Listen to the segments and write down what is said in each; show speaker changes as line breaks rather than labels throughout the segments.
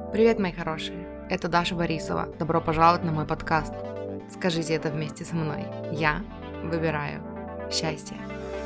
Привет, мои хорошие! Это Даша Борисова. Добро пожаловать на мой подкаст. Скажите это вместе со мной. Я выбираю счастье.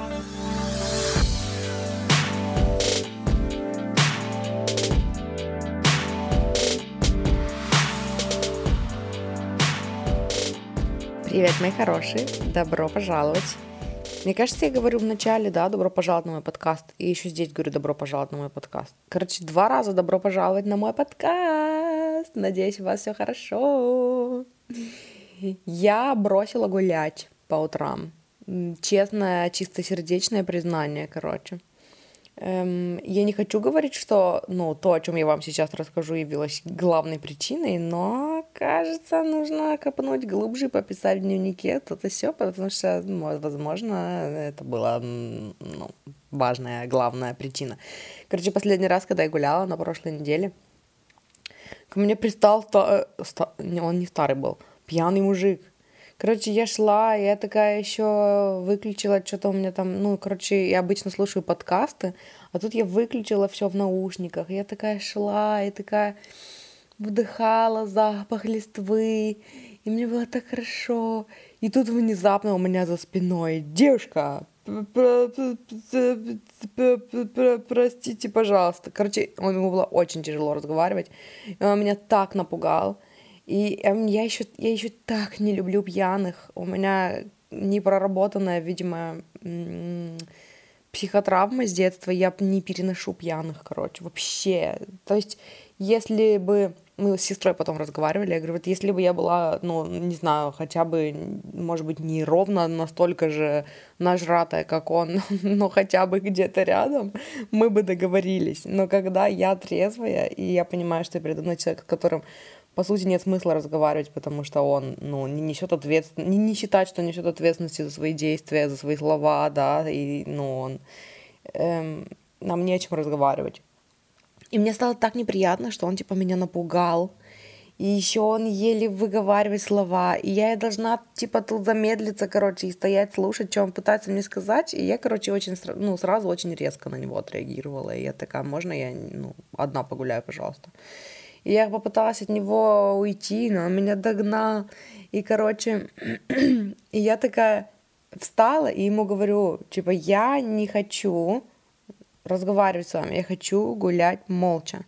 Привет, мои хорошие! Добро пожаловать! Мне кажется, я говорю в начале, да, добро пожаловать на мой подкаст. И еще здесь говорю добро пожаловать на мой подкаст. Короче, 2 раза добро пожаловать на мой подкаст. Надеюсь, у вас все хорошо. Я бросила гулять по утрам. Честное, чистосердечное признание, короче. Я не хочу говорить, что, то, о чем я вам сейчас расскажу, явилось главной причиной, но, кажется, нужно копнуть глубже, пописать в дневнике то-то все, потому что, возможно, это была, важная, главная причина. Короче, последний раз, когда я гуляла на прошлой неделе, ко мне пристал, он не старый был, пьяный мужик. Короче, я шла, я такая еще выключила что-то у меня там, я обычно слушаю подкасты, а тут я выключила все в наушниках. Я такая шла, и такая вдыхала запах листвы, и мне было так хорошо. И тут внезапно у меня за спиной: девушка, простите, пожалуйста. Короче, ему было очень тяжело разговаривать, и он меня так напугал. И я еще так не люблю пьяных. У меня непроработанная, видимо, психотравма с детства. Я не переношу пьяных, вообще. То есть, если бы... Мы с сестрой потом разговаривали, я говорю, вот если бы я была, не знаю, хотя бы, может быть, не ровно настолько же нажратая, как он, но хотя бы где-то рядом, мы бы договорились. Но когда я трезвая, и я понимаю, что я передо мной человек, с которым, по сути, нет смысла разговаривать, потому что он, не несет ответственности, не считает, что несет ответственности за свои действия, за свои слова, да, и, нам не о чем разговаривать. И мне стало так неприятно, что он, меня напугал, и еще он еле выговаривает слова, и я должна, тут замедлиться, и стоять, слушать, что он пытается мне сказать, и я, очень, сразу очень резко на него отреагировала, и я такая: можно я, одна погуляю, пожалуйста? И я попыталась от него уйти, но он меня догнал. И, и я такая встала и ему говорю, я не хочу разговаривать с вами, я хочу гулять молча.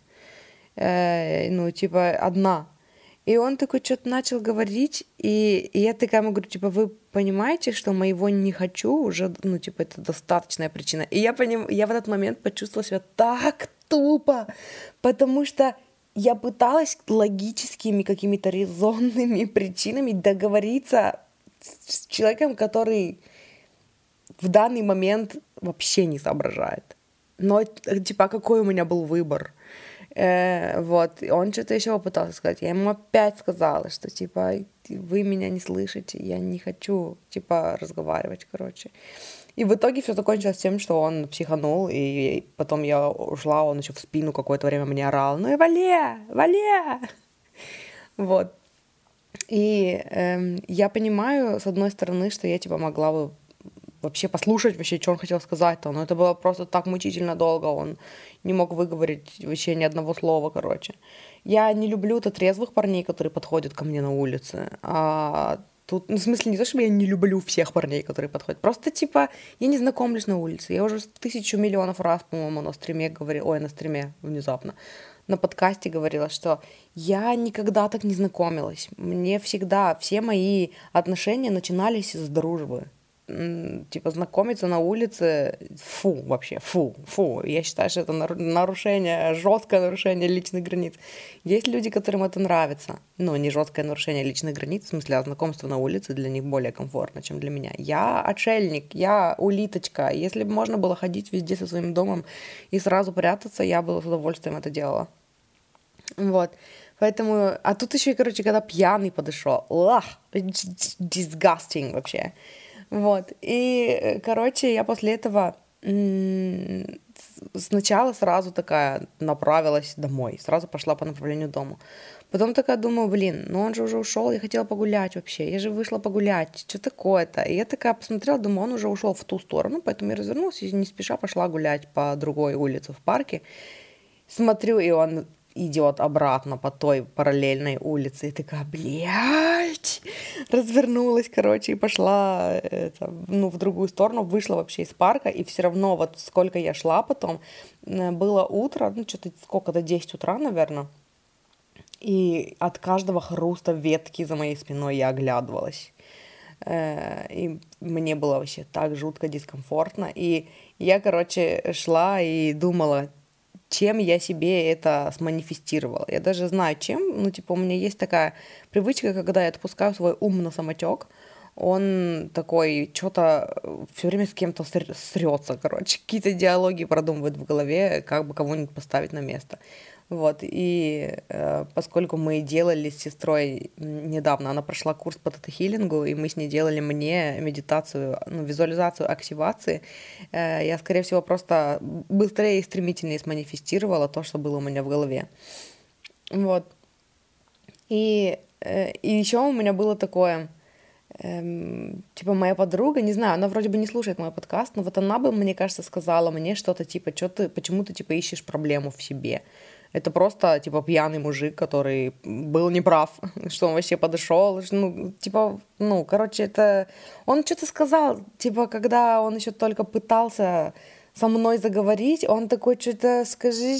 Одна. И он такой что-то начал говорить, и я такая ему говорю, вы понимаете, что моего не хочу уже, это достаточная причина. И я в этот момент почувствовала себя так тупо, потому что я пыталась логическими какими-то резонными причинами договориться с человеком, который в данный момент вообще не соображает. Но, какой у меня был выбор? Он что-то еще попытался сказать. Я ему опять сказала, что, вы меня не слышите, я не хочу, разговаривать, И в итоге все закончилось тем, что он психанул, и потом я ушла, он еще в спину какое-то время мне орал: ну и вали! Вот. И я понимаю, с одной стороны, что я, могла бы вообще послушать, что он хотел сказать-то, но это было просто так мучительно долго, он не мог выговорить вообще ни одного слова, Я не люблю трезвых парней, которые подходят ко мне на улице, тут, в смысле, не то, чтобы я не люблю всех парней, которые подходят. Просто, я не знакомлюсь на улице. Я уже 1000 миллионов раз, по-моему, на стриме внезапно, на подкасте говорила, что я никогда так не знакомилась. Мне всегда все мои отношения начинались с дружбы. Знакомиться на улице, вообще, фу. Я считаю, что это жесткое нарушение личных границ. Есть люди, которым это нравится. Не жесткое нарушение личных границ, в смысле, а знакомство на улице для них более комфортно, чем для меня. Я отшельник, я улиточка. Если бы можно было ходить везде со своим домом и сразу прятаться, я бы с удовольствием это делала. Вот. Поэтому, а тут еще, когда пьяный подошел. Disgusting вообще. Вот, и, я после этого сначала сразу такая направилась домой, сразу пошла по направлению к дому. Потом такая думаю, он же уже ушел, я хотела погулять вообще, я же вышла погулять, что такое-то? И я такая посмотрела, думаю, он уже ушел в ту сторону, поэтому я развернулась и не спеша пошла гулять по другой улице в парке. Смотрю, и он идет обратно по той параллельной улице. И такая, блядь, развернулась, короче, и пошла в другую сторону, вышла вообще из парка, и все равно вот сколько я шла потом, было утро, что-то сколько-то 10 утра, наверное, и от каждого хруста ветки за моей спиной я оглядывалась. И мне было вообще так жутко дискомфортно. И я, короче, шла и думала, чем я себе это сманифестировала. Я даже знаю, чем. У меня есть такая привычка, когда я отпускаю свой ум на самотек, он такой что-то все время с кем-то срется, короче. Какие-то диалоги продумывает в голове, как бы кого-нибудь поставить на место. Вот, и поскольку мы делали с сестрой недавно, она прошла курс по тета-хилингу, и мы с ней делали мне медитацию, визуализацию активации, я, скорее всего, просто быстрее и стремительнее сманифестировала то, что было у меня в голове. Вот. И еще у меня было такое, моя подруга, не знаю, она вроде бы не слушает мой подкаст, но вот она бы, мне кажется, сказала мне что-то почему ты, ишь проблему в себе. Это просто, пьяный мужик, который был неправ, что он вообще подошел. Это... Он что-то сказал, когда он еще только пытался со мной заговорить, он такой, что-то скажи,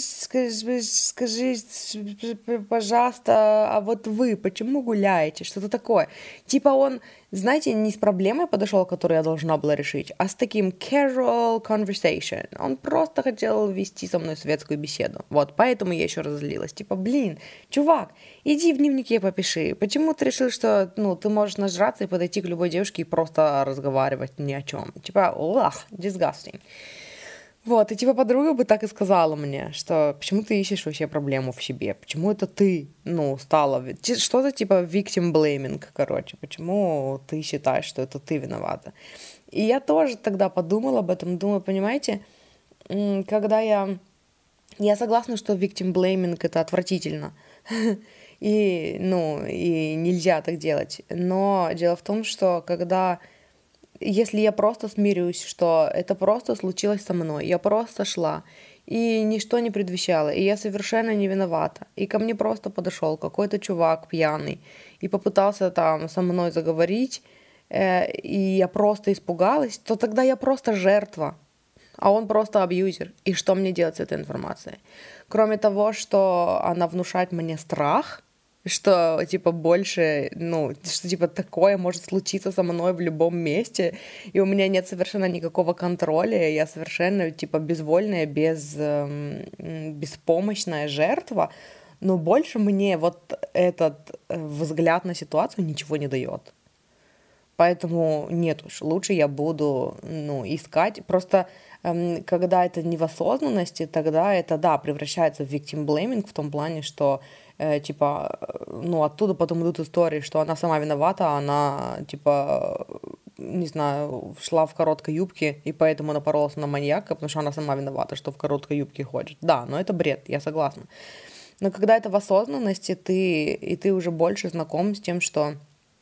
пожалуйста, а вот вы почему гуляете? Что-то такое. Он, знаете, не с проблемой подошел, которую я должна была решить, а с таким casual conversation. Он просто хотел вести со мной светскую беседу. Вот, поэтому я еще разозлилась. Чувак, иди в дневнике попиши. Почему ты решил, что, ты можешь нажраться и подойти к любой девушке и просто разговаривать ни о чем? Disgusting. Вот, и подруга бы так и сказала мне, что почему ты ищешь вообще проблему в себе, почему это ты, стала, что за victim blaming, короче, почему ты считаешь, что это ты виновата. И я тоже тогда подумала об этом, думаю, понимаете, когда я согласна, что victim blaming это отвратительно, и нельзя так делать, но дело в том, что если я просто смирюсь, что это просто случилось со мной, я просто шла, и ничто не предвещало, и я совершенно не виновата, и ко мне просто подошел какой-то чувак пьяный и попытался там со мной заговорить, и я просто испугалась, то тогда я просто жертва, а он просто абьюзер. И что мне делать с этой информацией? Кроме того, что она внушает мне страх, что, больше, что, такое может случиться со мной в любом месте, и у меня нет совершенно никакого контроля, я совершенно, безвольная, беспомощная жертва, но больше мне вот этот взгляд на ситуацию ничего не дает. Поэтому нет уж, лучше я буду, искать, просто когда это не в осознанности, тогда это, да, превращается в victim blaming в том плане, что оттуда потом идут истории, что она сама виновата, она, не знаю, шла в короткой юбке, и поэтому напоролась на маньяка, потому что она сама виновата, что в короткой юбке ходит. Да, но это бред, я согласна. Но когда это в осознанности, ты уже больше знаком с тем, что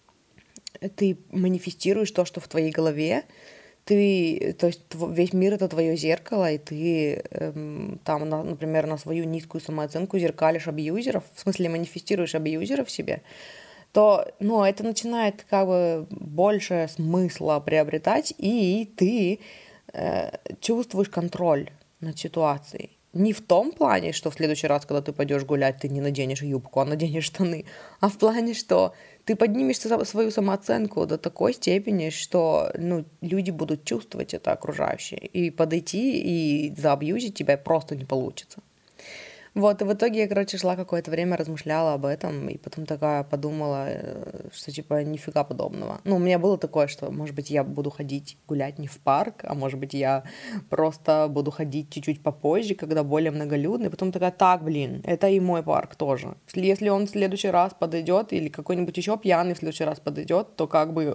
ты манифестируешь то, что в твоей голове, то есть весь мир — это твое зеркало, и ты там, например, на свою низкую самооценку зеркалишь абьюзеров, в смысле манифестируешь абьюзеров в себе, то, это начинает больше смысла приобретать, и ты чувствуешь контроль над ситуацией. Не в том плане, что в следующий раз, когда ты пойдешь гулять, ты не наденешь юбку, а наденешь штаны, а в плане, что ты поднимешь свою самооценку до такой степени, что люди будут чувствовать это окружающее, и подойти и заабьюзить тебя просто не получится. Вот, и в итоге я, шла какое-то время, размышляла об этом, и потом такая подумала, что, нифига подобного. У меня было такое, что, может быть, я буду ходить гулять не в парк, а может быть, я просто буду ходить чуть-чуть попозже, когда более многолюдно, и потом такая, это и мой парк тоже. Если он в следующий раз подойдет, или какой-нибудь еще пьяный в следующий раз подойдет, то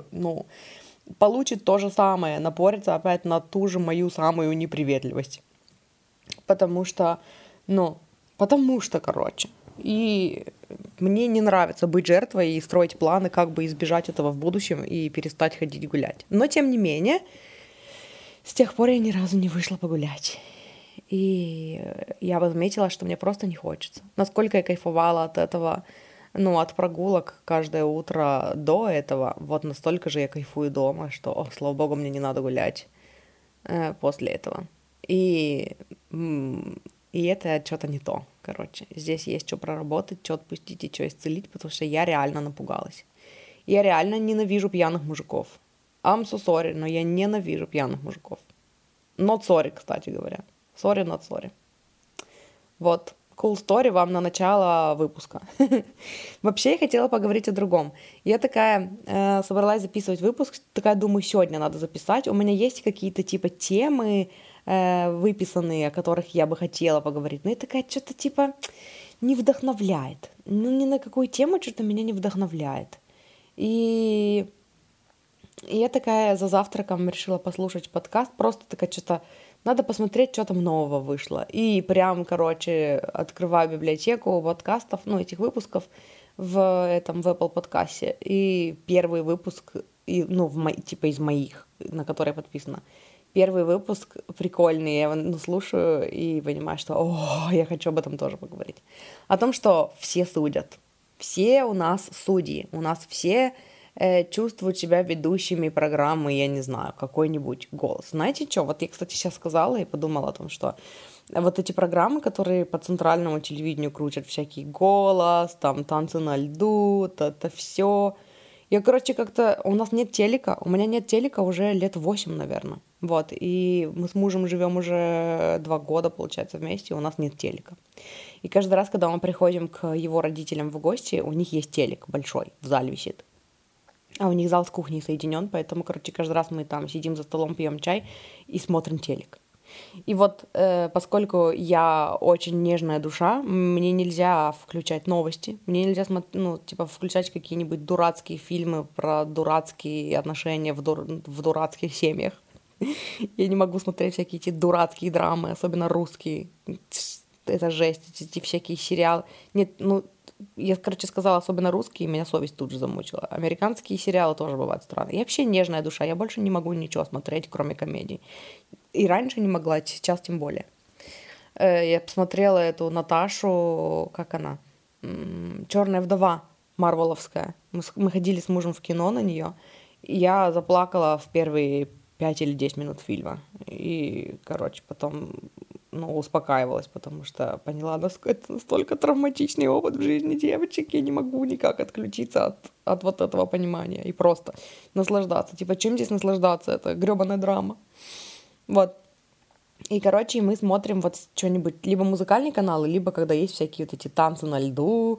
получит то же самое, напорится опять на ту же мою самую неприветливость. Потому что, и мне не нравится быть жертвой и строить планы, как бы избежать этого в будущем и перестать ходить гулять. Но, тем не менее, с тех пор я ни разу не вышла погулять. и я вот заметила, что мне просто не хочется. Насколько я кайфовала от этого, ну, от прогулок каждое утро до этого, вот настолько же я кайфую дома, что, слава богу, мне не надо гулять после этого. И, и это что-то не то, короче. Здесь есть что проработать, что отпустить и что исцелить, потому что я реально напугалась. Я реально ненавижу пьяных мужиков. I'm so sorry, но я ненавижу пьяных мужиков. Not sorry, кстати говоря. Sorry, not sorry. Вот. Cool story вам на начало выпуска. Вообще я хотела поговорить о другом. Я такая собралась записывать выпуск, такая думаю, сегодня надо записать. У меня есть какие-то типа темы выписанные, о которых я бы хотела поговорить. Но я такая что-то типа не вдохновляет. Ну ни на какую тему что-то меня не вдохновляет. И я такая за завтраком решила послушать подкаст, просто такая что-то, надо посмотреть, что там нового вышло. И прям, короче, открываю библиотеку подкастов, ну, этих выпусков в Apple подкасте. И первый выпуск, ну, типа из моих, на которые я подписана. Первый выпуск прикольный, я его слушаю и понимаю, что я хочу об этом тоже поговорить. О том, что все судят. Все у нас судьи, у нас все чувствуют себя ведущими программы, я не знаю, какой-нибудь голос. Знаете что? Вот я, кстати, сейчас сказала и подумала о том, что вот эти программы, которые по центральному телевидению крутят, всякий голос, там танцы на льду, это все. Я, короче, как-то... У нас нет телека, у меня нет телека уже лет 8, наверное. Вот, и мы с мужем живем уже 2 года, получается, вместе, и у нас нет телека. И каждый раз, когда мы приходим к его родителям в гости, у них есть телек большой, в зале висит. А у них зал с кухней соединен, поэтому, короче, каждый раз мы там сидим за столом, пьем чай и смотрим телек. И вот, поскольку я очень нежная душа, мне нельзя включать новости, мне нельзя включать какие-нибудь дурацкие фильмы про дурацкие отношения в дурацких семьях. Я не могу смотреть всякие эти дурацкие драмы, особенно русские. Это жесть, эти всякие сериалы. Нет, я, короче, сказала, особенно русские, меня совесть тут же замучила. Американские сериалы тоже бывают странные. Я вообще нежная душа, я больше не могу ничего смотреть, кроме комедий. И раньше не могла, сейчас тем более. Я посмотрела эту Наташу, как она? «Черная вдова» марвеловская. Мы ходили с мужем в кино на нее. И я заплакала в первые 5 или 10 минут фильма. И, короче, потом успокаивалась, потому что поняла, это настолько травматичный опыт в жизни девочек, я не могу никак отключиться от вот этого понимания и просто наслаждаться. Типа, чем здесь наслаждаться? Это грёбаная драма. Вот. И, короче, мы смотрим вот что-нибудь, либо музыкальные каналы, либо когда есть всякие вот эти танцы на льду,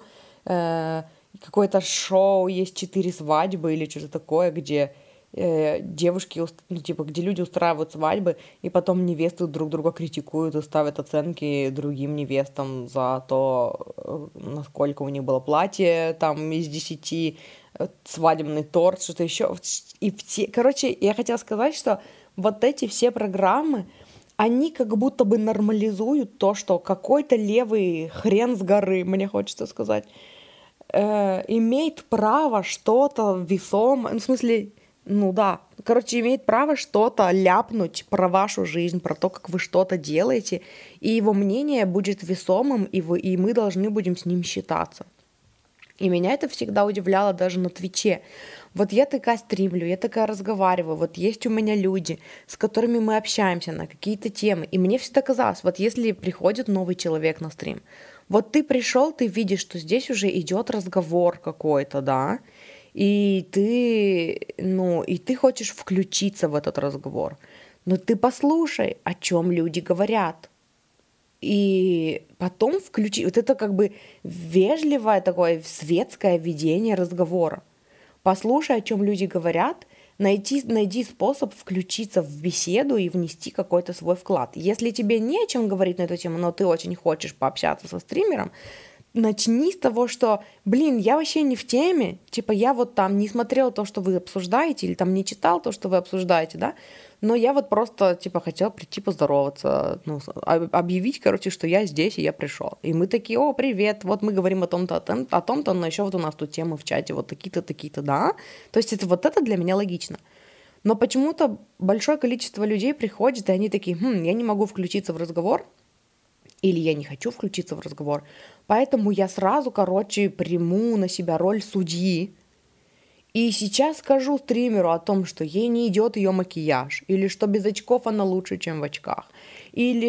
какое-то шоу, есть 4 свадьбы или что-то такое, где девушки, где люди устраивают свадьбы, и потом невесты друг друга критикуют и ставят оценки другим невестам за то, насколько у них было платье, там, из 10, свадебный торт, что-то еще. Короче, я хотела сказать, что вот эти все программы, они как будто бы нормализуют то, что какой-то левый хрен с горы, мне хочется сказать, имеет право что-то весомое, в смысле... имеет право что-то ляпнуть про вашу жизнь, про то, как вы что-то делаете, и его мнение будет весомым, и мы должны будем с ним считаться. И меня это всегда удивляло даже на Твиче. Вот я такая стримлю, я такая разговариваю, вот есть у меня люди, с которыми мы общаемся на какие-то темы, и мне всегда казалось, вот если приходит новый человек на стрим, вот ты пришел, ты видишь, что здесь уже идет разговор какой-то, да, и ты хочешь включиться в этот разговор. Но ты послушай, о чем люди говорят. И потом включи. Вот это как бы вежливое такое светское ведение разговора. Послушай, о чем люди говорят, найди способ включиться в беседу и внести какой-то свой вклад. Если тебе не о чем говорить на эту тему, но ты очень хочешь пообщаться со стримером, начни с того, что, я вообще не в теме, типа я вот там не смотрел то, что вы обсуждаете, или там не читал то, что вы обсуждаете, да, но я вот просто, типа, хотела прийти поздороваться, объявить, короче, что я здесь, и я пришел. И мы такие, привет, вот мы говорим о том-то, но еще вот у нас тут темы в чате, вот такие-то, да. То есть это для меня логично. Но почему-то большое количество людей приходит, и они такие, я не могу включиться в разговор, или я не хочу включиться в разговор, поэтому я сразу, приму на себя роль судьи, и сейчас скажу стримеру о том, что ей не идет ее макияж, или что без очков она лучше, чем в очках, или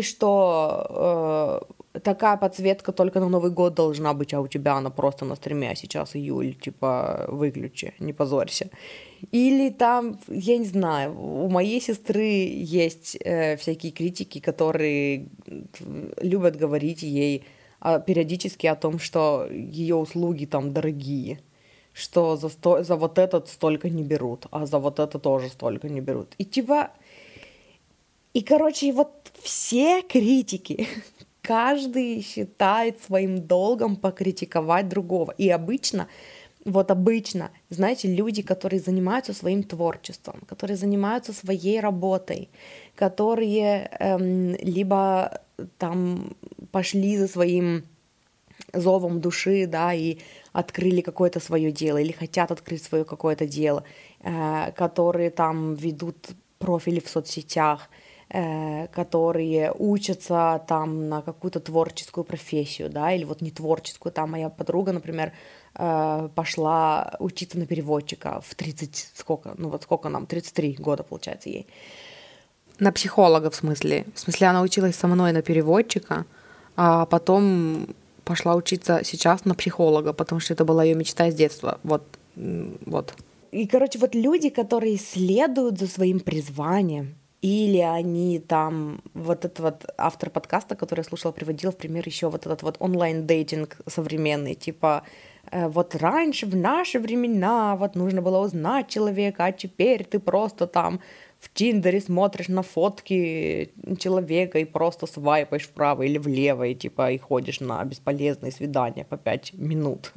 что такая подсветка только на Новый год должна быть, а у тебя она просто на стриме, а сейчас июль, типа, выключи, не позорься. Или там, я не знаю, у моей сестры есть всякие критики, которые любят говорить ей периодически о том, что ее услуги там дорогие, что за вот этот столько не берут, а за вот это тоже столько не берут. И типа... И, вот все критики, каждый считает своим долгом покритиковать другого. И обычно, знаете, люди, которые занимаются своим творчеством, которые занимаются своей работой, которые либо там пошли за своим зовом души, да, и открыли какое-то свое дело, или хотят открыть свое какое-то дело, которые там ведут профили в соцсетях, которые учатся там на какую-то творческую профессию, да, или вот не творческую. Там моя подруга, например, пошла учиться на переводчика в 30, сколько нам, 33 года, получается, ей. На психолога, в смысле. В смысле, она училась со мной на переводчика, а потом пошла учиться сейчас на психолога, потому что это была ее мечта с детства. Вот. И, люди, которые следуют за своим призванием, или они там, этот автор подкаста, который я слушала, приводил в пример еще этот онлайн-дейтинг современный, типа раньше, в наши времена, нужно было узнать человека, а теперь ты просто там в Тиндере смотришь на фотки человека и просто свайпаешь вправо или влево, и и ходишь на бесполезные свидания по 5 минут.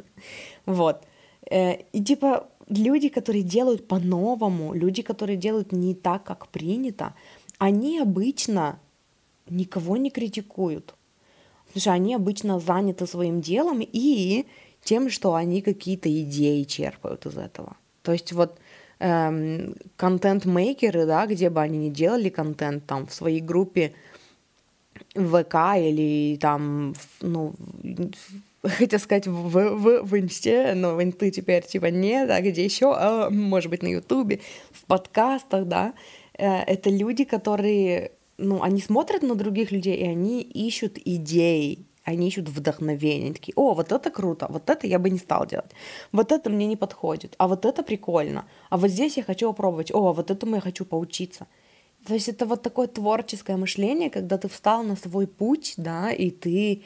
И люди, которые делают по-новому, люди, которые делают не так, как принято, они обычно никого не критикуют. Потому что они обычно заняты своим делом и тем, что они какие-то идеи черпают из этого. То есть контент-мейкеры, да, где бы они ни делали контент, там, в своей группе в ВК или там, хотел сказать в инсте, но в инты теперь нет, а где еще, может быть, на ютубе, в подкастах, да, это люди, которые, они смотрят на других людей, и они ищут идеи, они ищут вдохновение, они такие, вот это круто, вот это я бы не стал делать, вот это мне не подходит, а вот это прикольно, а вот здесь я хочу попробовать, вот этому я хочу поучиться. То есть это такое творческое мышление, когда ты встал на свой путь, да, и ты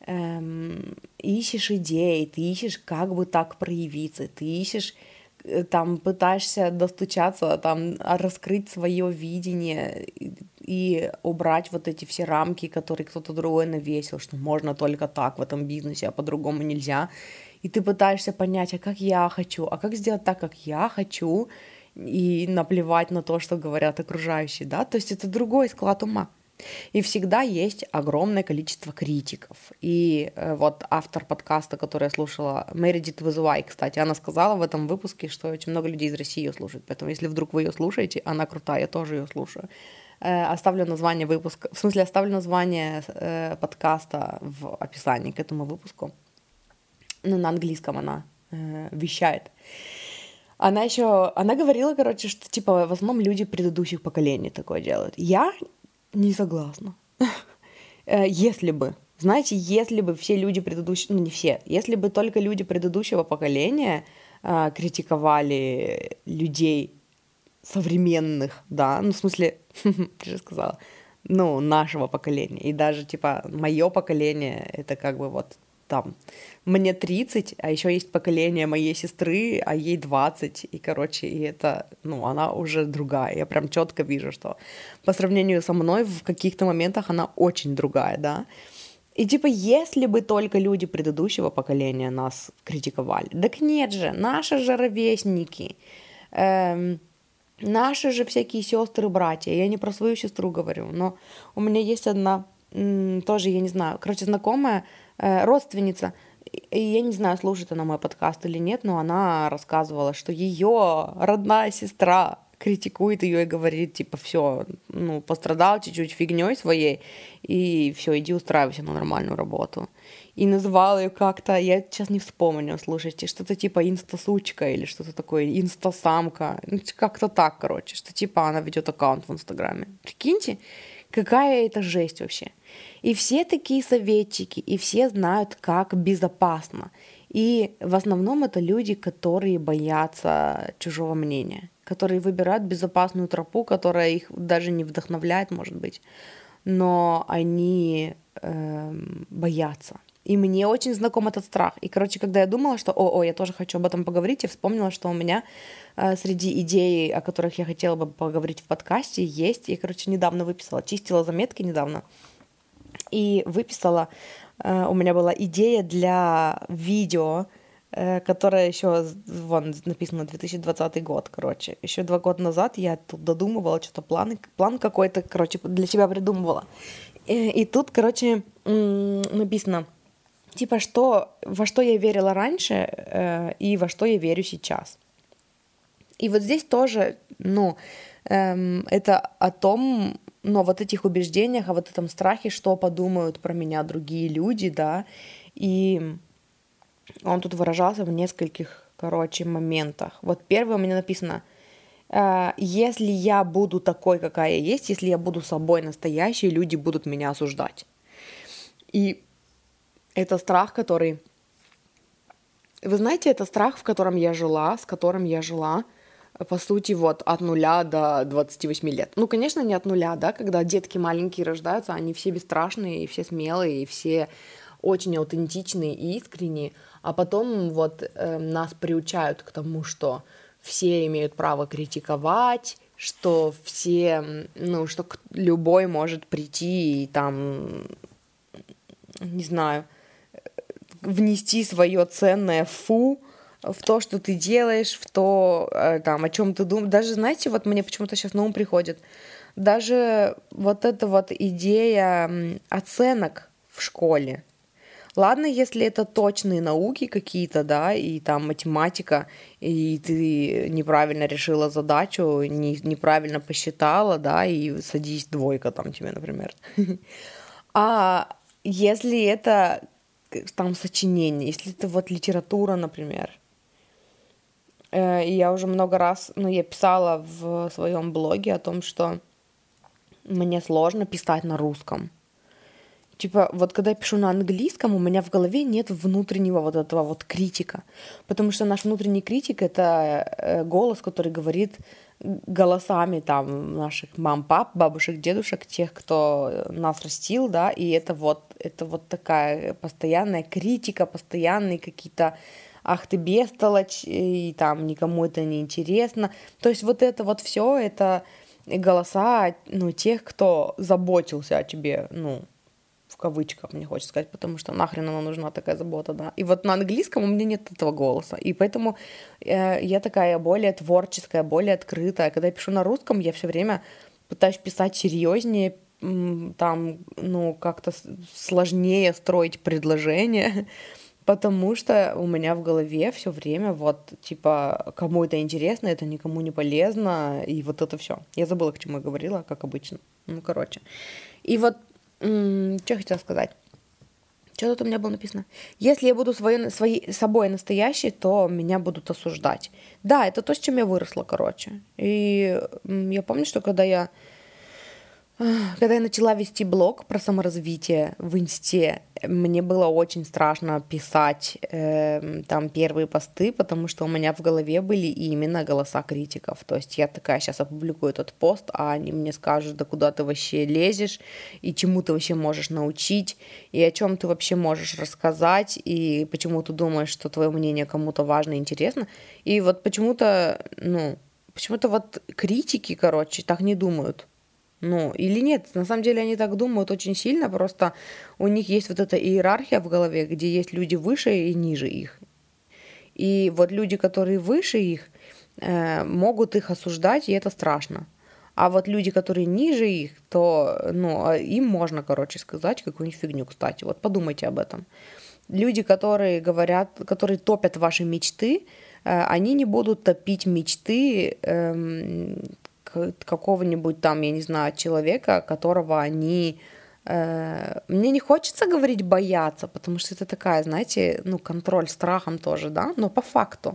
ищешь идеи, ты ищешь, как бы так проявиться, ты ищешь, там, пытаешься достучаться, там, раскрыть свое видение и убрать эти все рамки, которые кто-то другой навесил, что можно только так в этом бизнесе, а по-другому нельзя. И ты пытаешься понять, а как я хочу, а как сделать так, как я хочу, и наплевать на то, что говорят окружающие, да, то есть это другой склад ума. И всегда есть огромное количество критиков. И автор подкаста, который я слушала, Meredith Вызывай, кстати, она сказала в этом выпуске, что очень много людей из России ее слушают. Поэтому, если вдруг вы ее слушаете, она крутая, я тоже ее слушаю. Оставлю название выпуска, оставлю название подкаста в описании к этому выпуску. На английском она вещает. Она говорила, что, в основном люди предыдущих поколений такое делают. Я не согласна. Если бы все люди предыдущего, не все, если бы только люди предыдущего поколения критиковали людей современных, да, в смысле, ты же сказала, нашего поколения, и даже, мое поколение, это там, мне 30, а еще есть поколение моей сестры, а ей 20, и, и это, она уже другая, я прям четко вижу, что по сравнению со мной в каких-то моментах она очень другая, да, и, если бы только люди предыдущего поколения нас критиковали, так нет же, наши же ровесники, наши же всякие сестры, братья, я не про свою сестру говорю, но у меня есть одна, тоже, я не знаю, знакомая, родственница, и я не знаю, слушает она мой подкаст или нет, но она рассказывала, что ее родная сестра критикует ее и говорит, типа, все, ну, пострадал чуть-чуть фигней своей, и все, иди устраивайся на нормальную работу. И называл ее как-то, я сейчас не вспомню, слушайте, что-то типа инстасучка или что-то такое, инстасамка, ну, как-то так, короче, что типа она ведет аккаунт в Инстаграме. Прикиньте, какая это жесть вообще. И все такие советчики, и все знают, как безопасно. И в основном это люди, которые боятся чужого мнения, которые выбирают безопасную тропу, которая их даже не вдохновляет, может быть, но они боятся. И мне очень знаком этот страх. И, короче, когда я думала, что, я тоже хочу об этом поговорить, я вспомнила, что у меня среди идей, о которых я хотела бы поговорить в подкасте, есть, я, короче, недавно выписала, чистила заметки недавно, и выписала, у меня была идея для видео, которая еще, вон, написано 2020 год, короче. Еще 2 года назад я тут додумывала, что-то план какой-то, короче, для себя придумывала. И тут, короче, написано, типа, во что я верила раньше и во что я верю сейчас. И вот здесь тоже, это о том, вот этих убеждениях, о вот этом страхе, что подумают про меня другие люди, да, и он тут выражался в нескольких, моментах. Вот первое у меня написано, если я буду такой, какая я есть, если я буду собой настоящей, люди будут меня осуждать. И это страх, который... Вы знаете, это страх, с которым я жила, по сути, вот от 0 до 28 лет. Ну, конечно, не от 0, да, когда детки маленькие рождаются, они все бесстрашные, и все смелые, и все очень аутентичные и искренние, а потом вот нас приучают к тому, что все имеют право критиковать, что все, что любой может прийти и там, не знаю, внести свое ценное «фу» в то, что ты делаешь, в то, там, о чем ты думаешь. Даже, знаете, вот мне почему-то сейчас на ум приходит, даже вот эта вот идея оценок в школе. Ладно, если это точные науки какие-то, да, и там математика, и ты неправильно решила задачу, неправильно посчитала, да, и садись 2 там тебе, например. А если это там сочинение, если это вот литература, например. И я уже много раз, я писала в своем блоге о том, что мне сложно писать на русском. Типа, вот когда я пишу на английском, у меня в голове нет внутреннего вот этого вот критика. Потому что наш внутренний критик — это голос, который говорит голосами там наших мам, пап, бабушек, дедушек, тех, кто нас растил, да, и это вот такая постоянная критика, постоянные какие-то «ах ты бестолочь», и там никому это не интересно. То есть вот это вот все это голоса, тех, кто заботился о тебе, в кавычках, мне хочется сказать, потому что нахрен она нужна, такая забота, да. И вот на английском у меня нет этого голоса, и поэтому я такая более творческая, более открытая. Когда я пишу на русском, я все время пытаюсь писать серьезнее, там, как-то сложнее строить предложения, потому что у меня в голове все время вот, типа, кому это интересно, это никому не полезно, и вот это все. Я забыла, к чему я говорила, как обычно. И вот что хотела сказать? Что тут у меня было написано? Если я буду собой настоящей, то меня будут осуждать. Да, это то, с чем я выросла, И я помню, что когда я начала вести блог про саморазвитие в Инсте, мне было очень страшно писать там первые посты, потому что у меня в голове были именно голоса критиков. То есть я такая, сейчас опубликую этот пост, а они мне скажут, да куда ты вообще лезешь, и чему ты вообще можешь научить, и о чем ты вообще можешь рассказать, и почему ты думаешь, что твое мнение кому-то важно и интересно. И вот почему-то вот критики, так не думают. Или нет, на самом деле они так думают очень сильно, просто у них есть вот эта иерархия в голове, где есть люди выше и ниже их. И вот люди, которые выше их, могут их осуждать, и это страшно. А вот люди, которые ниже их, то, им можно, сказать какую-нибудь фигню, кстати. Вот подумайте об этом. Люди, которые топят ваши мечты, они не будут топить мечты какого-нибудь там, я не знаю, человека, которого они... Мне не хочется говорить бояться, потому что это такая, знаете, ну, контроль страхом тоже, да, но по факту.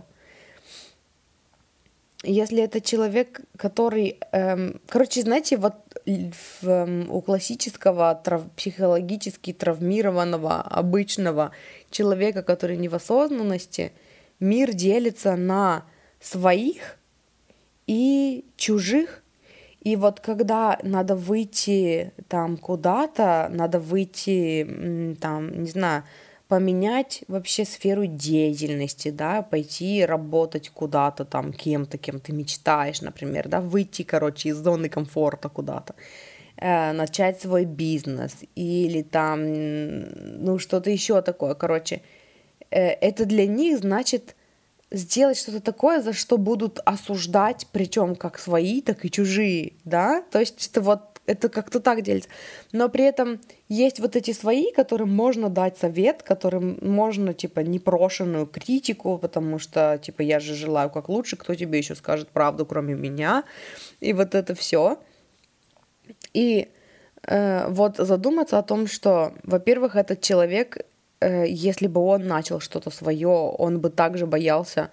Если это человек, который... короче, знаете, вот у классического психологически травмированного обычного человека, который не в осознанности, мир делится на своих и чужих. И вот когда надо выйти там куда-то, надо выйти там, не знаю, поменять вообще сферу деятельности, да, пойти работать куда-то там кем-то, кем ты мечтаешь, например, да, выйти, короче, из зоны комфорта куда-то, начать свой бизнес или там, ну, что-то еще такое, короче, это для них значит сделать что-то такое, за что будут осуждать, причем как свои, так и чужие, да, то есть это вот это как-то так делится. Но при этом есть вот эти свои, которым можно дать совет, которым можно, типа, непрошенную критику, потому что, типа, я же желаю как лучше, кто тебе еще скажет правду, кроме меня, и вот это все. И вот задуматься о том, что, во-первых, этот человек, если бы он начал что-то свое, он бы также боялся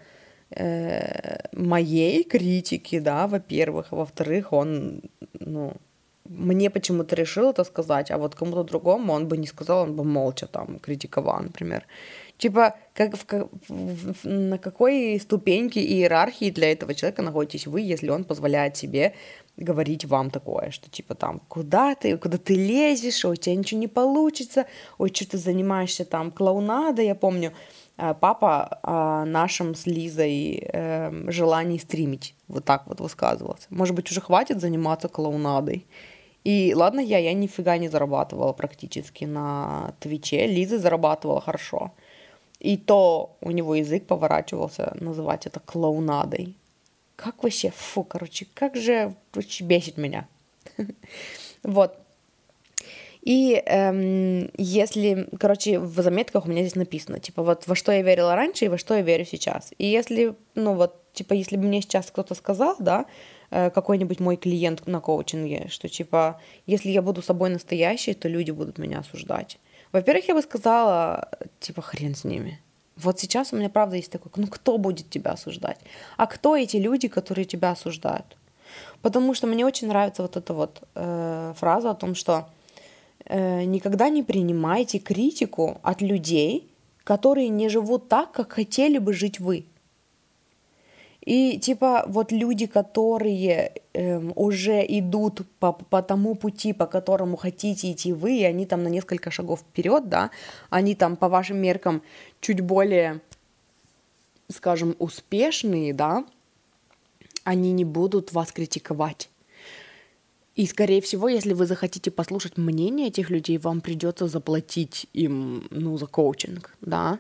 моей критики, да, во-первых, а во-вторых, он, ну, мне почему-то решил это сказать, а вот кому-то другому он бы не сказал, он бы молча там критиковал, например. Типа, на какой ступеньке иерархии для этого человека находитесь вы, если он позволяет себе говорить вам такое, что типа там, куда ты лезешь, ой, у тебя ничего не получится, ой, что ты занимаешься там клоунадой, я помню, папа о нашем с Лизой желании стримить вот так вот высказывался. Может быть, уже хватит заниматься клоунадой? И ладно, я нифига не зарабатывала практически на Твиче, Лиза зарабатывала хорошо. И то у него язык поворачивался называть это клоунадой. Как вообще, фу, короче, как же бесит меня. Вот. И если, короче, в заметках у меня здесь написано, типа, вот во что я верила раньше и во что я верю сейчас. И если, ну вот, типа, если бы мне сейчас кто-то сказал, да, какой-нибудь мой клиент на коучинге, что, типа, если я буду собой настоящей, то люди будут меня осуждать. Во-первых, я бы сказала, типа, хрен с ними. Вот сейчас у меня, правда, есть такой, ну, кто будет тебя осуждать? А кто эти люди, которые тебя осуждают? Потому что мне очень нравится вот эта вот фраза о том, что никогда не принимайте критику от людей, которые не живут так, как хотели бы жить вы. И типа вот люди, которые уже идут по тому пути, по которому хотите идти вы, и они там на несколько шагов вперед, да, они там по вашим меркам чуть более, скажем, успешные, да, они не будут вас критиковать. И, скорее всего, если вы захотите послушать мнение этих людей, вам придется заплатить им, ну, за коучинг, да.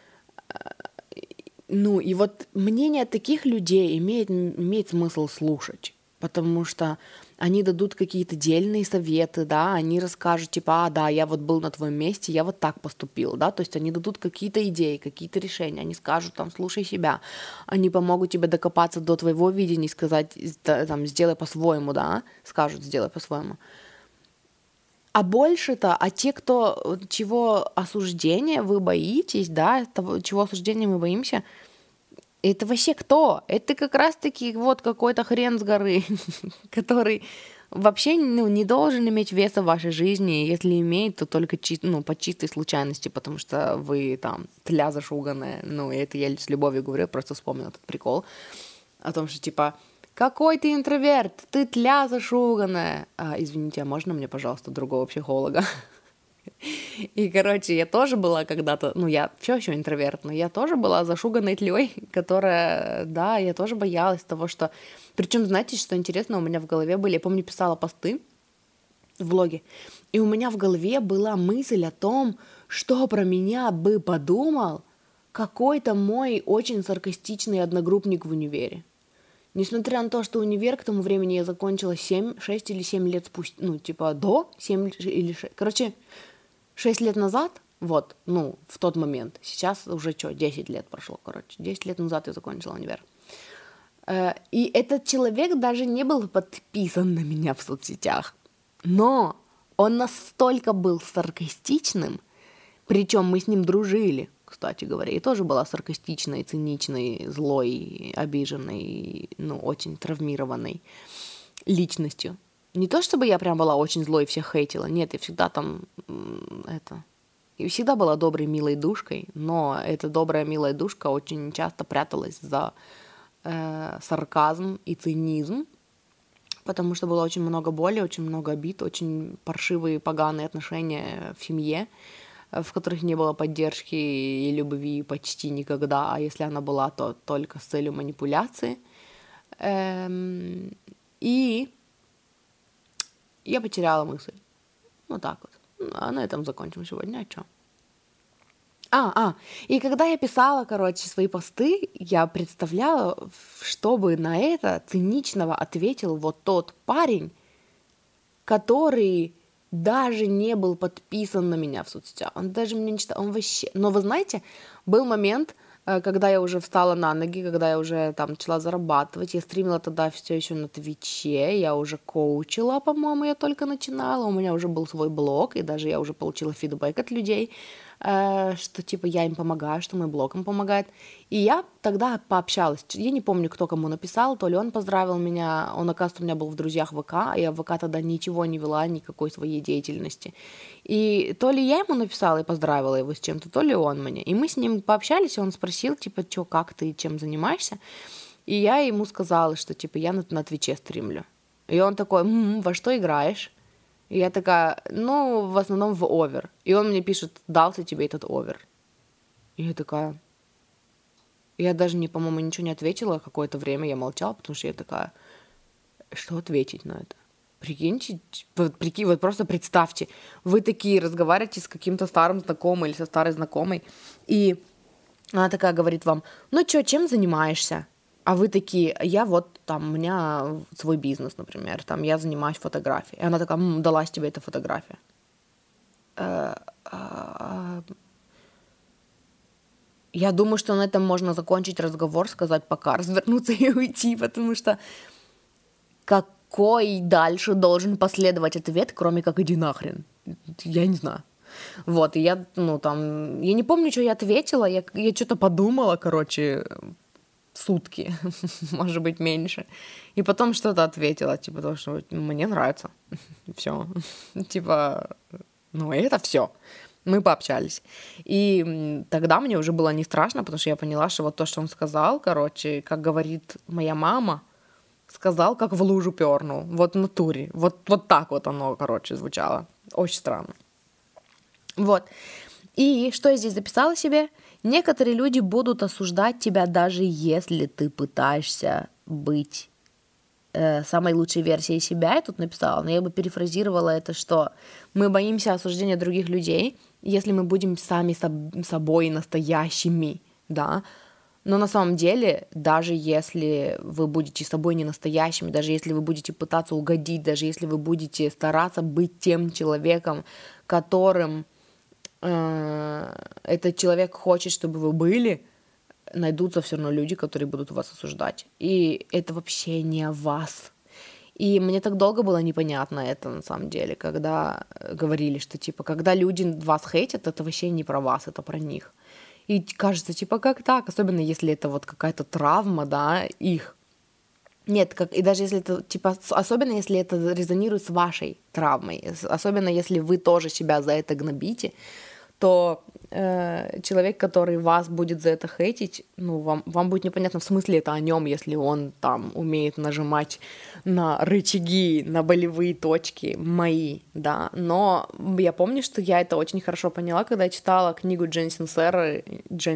Ну, и вот мнение таких людей имеет смысл слушать, потому что они дадут какие-то дельные советы, да, они расскажут, типа, да, я вот был на твоем месте, я вот так поступил, да, то есть они дадут какие-то идеи, какие-то решения, они скажут, там, слушай себя, они помогут тебе докопаться до твоего видения и сказать, там, сделай по-своему, да, скажут, сделай по-своему. А больше-то, те, кто, чего осуждения вы боитесь, да, того, чего осуждения мы боимся, это вообще кто? Это как раз-таки вот какой-то хрен с горы, который вообще не должен иметь веса в вашей жизни. Если имеет, то только по чистой случайности, потому что вы там тля зашуганная. Ну, и это я с любовью говорю, просто вспомнила этот прикол о том, что типа... Какой ты интроверт? Ты тля зашуганная. Извините, а можно мне, пожалуйста, другого психолога? И, короче, я тоже была когда-то, ну, я все еще интроверт, но я тоже была зашуганной тлей, которая, да, я тоже боялась того, что... Причем, знаете, что интересно, у меня в голове были, я помню, писала посты в блоге, и у меня в голове была мысль о том, что про меня бы подумал какой-то мой очень саркастичный одногруппник в универе. Несмотря на то, что универ к тому времени я закончила 6 или 7 лет спустя, ну, типа, до 7 или 6, короче, 6 лет назад, Вот, ну, в тот момент. Сейчас уже 10 лет прошло, короче. 10 лет назад я закончила универ. И этот человек даже не был подписан на меня в соцсетях. Но он настолько был саркастичным, причем мы с ним дружили, кстати говоря, и тоже была саркастичной, циничной, злой, обиженной, ну, очень травмированной личностью. Не то чтобы я прям была очень злой и всех хейтила, нет, я всегда там, и всегда была доброй, милой душкой, но эта добрая, милая душка очень часто пряталась за сарказм и цинизм, потому что было очень много боли, очень много обид, очень паршивые, поганые отношения в семье, в которых не было поддержки и любви почти никогда, а если она была, то только с целью манипуляции. И я потеряла мысль. Вот так вот. А на этом закончим сегодня. А чё? И когда я писала, короче, свои посты, я представляла, чтобы на это циничного ответил вот тот парень, который даже не был подписан на меня в соцсетях. Он даже меня не читал, он вообще... Но вы знаете, был момент, когда я уже встала на ноги, когда я уже там начала зарабатывать, я стримила тогда все еще на Твиче, я уже коучила, по-моему, я только начинала, у меня уже был свой блог, и даже я уже получила фидбэк от людей, что типа я им помогаю, что мой блог им помогает. И я тогда пообщалась. Я не помню, кто кому написал, то ли он поздравил меня, он, оказывается, у меня был в друзьях ВК, а я в ВК тогда ничего не вела, никакой своей деятельности. И то ли я ему написала и поздравила его с чем-то, то ли он мне. И мы с ним пообщались, и он спросил, типа, чё, как ты, чем занимаешься? И я ему сказала, что, типа, я на Твиче стримлю. И он такой, во что играешь? И я такая, ну, в основном в овер. И он мне пишет, дался тебе этот овер. И я такая... Я даже, по-моему, ничего не ответила. Какое-то время я молчала, потому что я такая, что ответить на это? Прикиньте, вот просто представьте, вы такие разговариваете с каким-то старым знакомым или со старой знакомой, и она такая говорит вам, ну чё, чем занимаешься? А вы такие, я вот там, у меня свой бизнес, например, там я занимаюсь фотографией. И она такая, далась тебе эта фотография. Я думаю, что на этом можно закончить разговор, сказать пока, развернуться и уйти, потому что какой дальше должен последовать ответ, кроме как иди нахрен? Я не знаю. Вот, и я, я не помню, что я ответила, я что-то подумала, короче, сутки, может быть, меньше. И потом что-то ответила, типа, потому что мне нравится. Все. Типа, это все. Мы пообщались. И тогда мне уже было не страшно, потому что я поняла, что вот то, что он сказал, короче, как говорит моя мама, сказал, как в лужу пернул. Вот в натуре. Вот так вот оно, короче, звучало. Очень странно. Вот. И что я здесь записала себе? Некоторые люди будут осуждать тебя, даже если ты пытаешься быть самой лучшей версией себя, я тут написала, но я бы перефразировала это, что мы боимся осуждения других людей, если мы будем сами собой настоящими, да, но на самом деле, даже если вы будете собой не настоящими, даже если вы будете пытаться угодить, даже если вы будете стараться быть тем человеком, которым этот человек хочет, чтобы вы были, найдутся все равно люди, которые будут вас осуждать. И это вообще не о вас. И мне так долго было непонятно это, на самом деле, когда говорили, что, типа, когда люди вас хейтят, это вообще не про вас, это про них. И кажется, типа, как так? Особенно если это вот какая-то травма, да, их. Нет, и даже если это, типа, особенно если это резонирует с вашей травмой, особенно если вы тоже себя за это гнобите, то человек, который вас будет за это хейтить, вам будет непонятно, в смысле это о нем, если он там умеет нажимать на рычаги, на болевые точки мои, да. Но я помню, что я это очень хорошо поняла, когда я читала книгу Джен Синсеро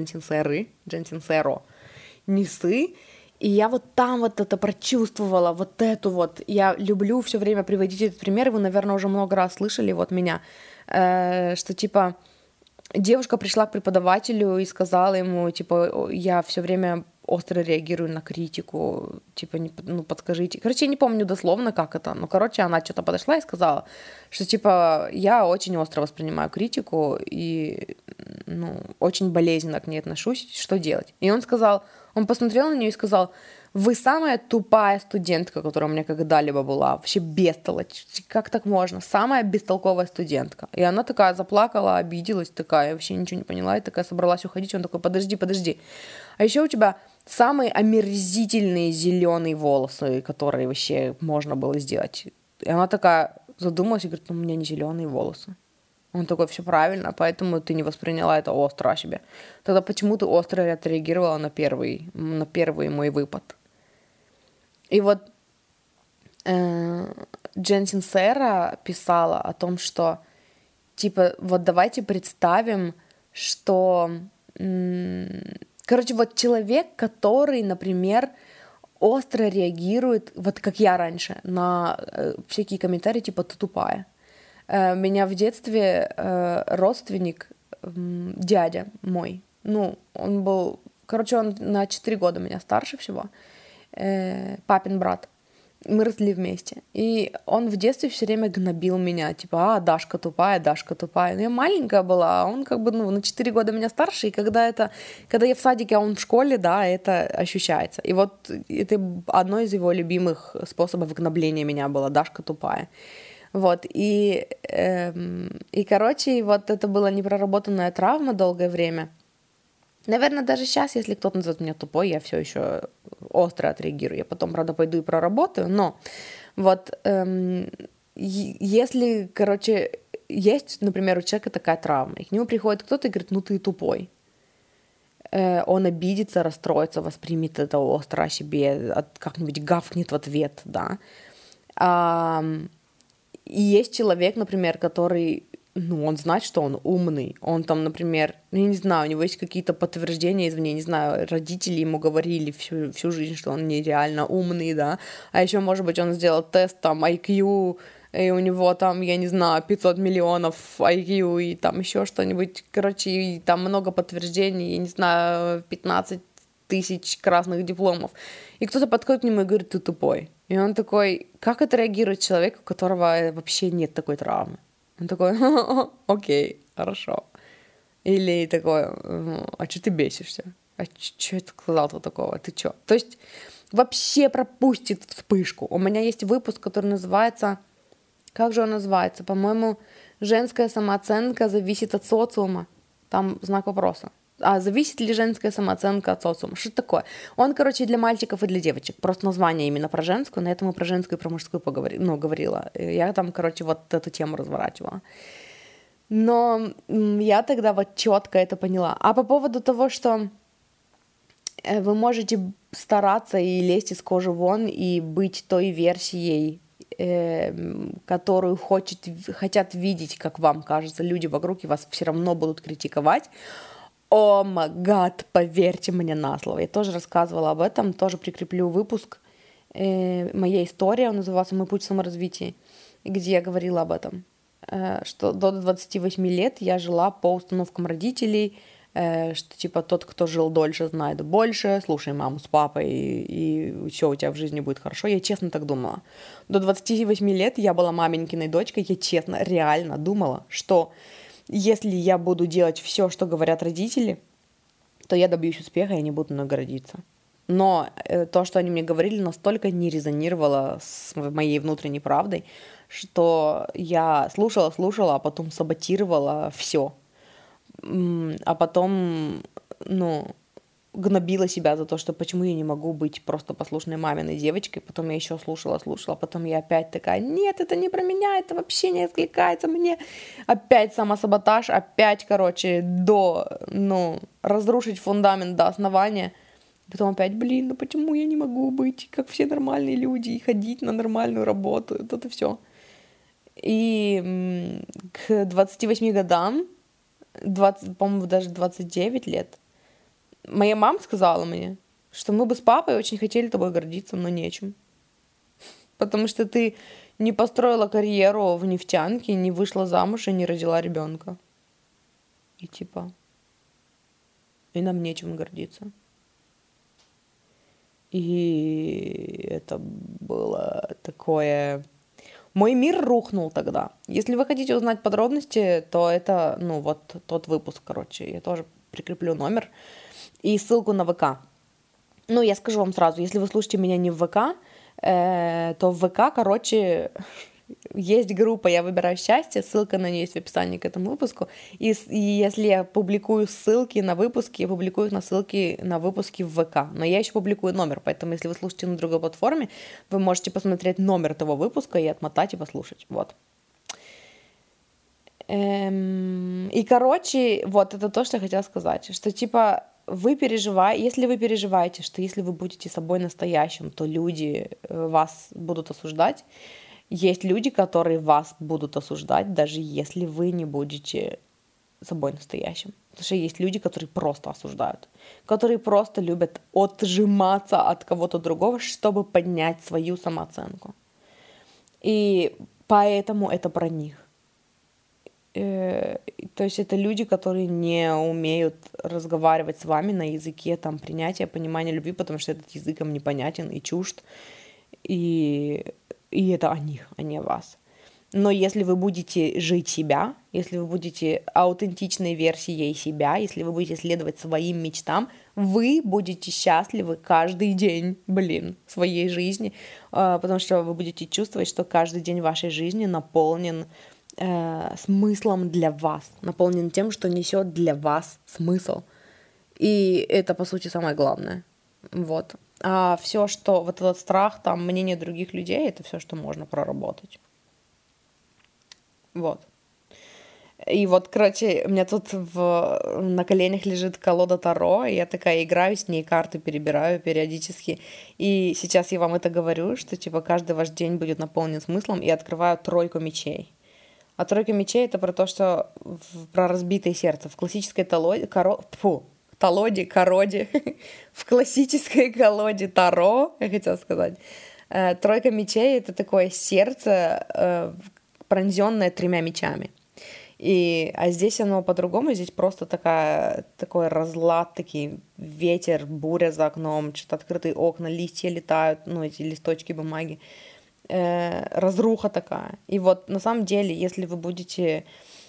«Несы», и я вот там вот это прочувствовала, вот эту вот. Я люблю все время приводить этот пример, вы, наверное, уже много раз слышали вот меня, что типа... Девушка пришла к преподавателю и сказала ему, типа, я все время остро реагирую на критику, типа, ну, подскажите. Короче, я не помню дословно, как это, но, короче, она что-то подошла и сказала, что, типа, я очень остро воспринимаю критику и, ну, очень болезненно к ней отношусь, что делать? И он посмотрел на нее и сказал: вы самая тупая студентка, которая у меня когда-либо была. Вообще бестолочь. Как так можно? Самая бестолковая студентка. И она такая заплакала, обиделась, такая, вообще ничего не поняла, и такая собралась уходить. Он такой: подожди. А еще у тебя самые омерзительные зеленые волосы, которые вообще можно было сделать. И она такая задумалась и говорит: ну, у меня не зеленые волосы. Он такой: все правильно, поэтому ты не восприняла это остро о себе. Тогда почему ты остро отреагировала на первый мой выпад? И вот Джен Синсера писала о том, что, типа, вот давайте представим, что... Короче, вот человек, который, например, остро реагирует, вот как я раньше, на всякие комментарии, типа «ты тупая». Меня в детстве родственник, дядя мой, ну, он был... Короче, он на 4 года меня старше всего, папин брат. Мы росли вместе. И он в детстве все время гнобил меня. Типа: Дашка тупая, Дашка тупая. Но я маленькая была, а он как бы, ну, на 4 года меня старше. И когда я в садике, а он в школе, да, это ощущается. И вот это одно из его любимых способов гнобления меня было: Дашка тупая. Вот, и короче, вот это была непроработанная травма долгое время. Наверное, даже сейчас, если кто-то назовет меня тупой, я все еще остро отреагирую. Я потом, правда, пойду и проработаю, но вот если, короче, есть, например, у человека такая травма, и к нему приходит кто-то и говорит: ну ты тупой. Он обидится, расстроится, воспримет это остро о себе, как-нибудь гавкнет в ответ, да. И есть человек, например, который... Ну, он знает, что он умный. Он там, например, я не знаю, у него есть какие-то подтверждения извне, не знаю, родители ему говорили всю жизнь, что он нереально умный, да. А еще, может быть, он сделал тест там IQ, и у него там, я не знаю, 500 миллионов IQ, и там еще что-нибудь. Короче, и там много подтверждений, я не знаю, 15 тысяч красных дипломов. И кто-то подходит к нему и говорит: ты тупой. И он такой: как это реагирует человек, у которого вообще нет такой травмы? Он такой: окей, хорошо. Или такой: а что ты бесишься? А что я сказал-то такого? Ты что? То есть вообще пропустит вспышку. У меня есть выпуск, который называется... Как же он называется? По-моему, «Женская самооценка зависит от социума». Там знак вопроса. Зависит ли женская самооценка от социума? Что это такое? Он, короче, для мальчиков и для девочек. Просто название именно про женскую, на этом и про женскую и про мужскую говорила. Я там, короче, вот эту тему разворачивала. Но я тогда вот четко это поняла. А по поводу того, что вы можете стараться и лезть из кожи вон и быть той версией, которую хотят видеть, как вам кажется, люди вокруг, и вас все равно будут критиковать. О май гад, поверьте мне на слово. Я тоже рассказывала об этом, тоже прикреплю выпуск. Моя история, он назывался «Мой путь в саморазвитии», где я говорила об этом, что до 28 лет я жила по установкам родителей, что типа тот, кто жил дольше, знает больше, слушай маму с папой, и все у тебя в жизни будет хорошо. Я честно так думала. До 28 лет я была маменькиной дочкой, я честно, реально думала, что если я буду делать все, что говорят родители, то я добьюсь успеха и не буду мной гордиться. Но то, что они мне говорили, настолько не резонировало с моей внутренней правдой, что я слушала, а потом саботировала все. А потом, гнобила себя за то, что почему я не могу быть просто послушной маминой девочкой. Потом я еще слушала, потом я опять такая: нет, это не про меня, это вообще не откликается мне. Опять самосаботаж, опять, разрушить фундамент до основания. Потом опять: почему я не могу быть как все нормальные люди и ходить на нормальную работу, это все. И к 28 годам, по-моему, даже 29 лет, моя мама сказала мне, что мы бы с папой очень хотели тобой гордиться, но нечем. Потому что ты не построила карьеру в нефтянке, не вышла замуж и не родила ребенка. И нам нечем гордиться. И это было такое... Мой мир рухнул тогда. Если вы хотите узнать подробности, то это, ну, вот тот выпуск, короче. Я тоже прикреплю номер и ссылку на ВК. Ну, я скажу вам сразу, если вы слушаете меня не в ВК, то в ВК, короче, есть группа «Я выбираю счастье», ссылка на нее есть в описании к этому выпуску, и если я публикую ссылки на выпуски, я публикую их на ссылки на выпуски в ВК, но я еще публикую номер, поэтому если вы слушаете на другой платформе, вы можете посмотреть номер того выпуска и отмотать и послушать, вот. И, короче, вот это то, что я хотела сказать, что, типа, если вы переживаете, что если вы будете собой настоящим, то люди вас будут осуждать, есть люди, которые вас будут осуждать, даже если вы не будете собой настоящим. Потому что есть люди, которые просто осуждают, которые просто любят отжиматься от кого-то другого, чтобы поднять свою самооценку. И поэтому это про них. То есть это люди, которые не умеют разговаривать с вами на языке там, принятия, понимания любви, потому что этот язык им непонятен и чужд. И это о них, а не о вас. Но если вы будете жить себя, если вы будете аутентичной версией себя, если вы будете следовать своим мечтам, вы будете счастливы каждый день, своей жизни, потому что вы будете чувствовать, что каждый день вашей жизни наполнен смыслом для вас, наполнен тем, что несет для вас смысл. И это, по сути, самое главное. Вот. А все, что вот этот страх, там, мнение других людей, это все, что можно проработать. Вот. И вот, короче, у меня тут на коленях лежит колода Таро, и я такая играю с ней, карты перебираю периодически. И сейчас я вам это говорю, что, типа, каждый ваш день будет наполнен смыслом, и открываю тройку мечей. А тройка мечей — это про то, что про разбитое сердце. В классической короде, в классической колоде Таро, я хотела сказать, тройка мечей — это такое сердце, пронзенное 3 мечами. А здесь оно по-другому, здесь просто такой разлад, такой ветер, буря за окном, что-то открытые окна, листья летают, ну, эти листочки бумаги. Разруха такая. И вот на самом деле, если вы будете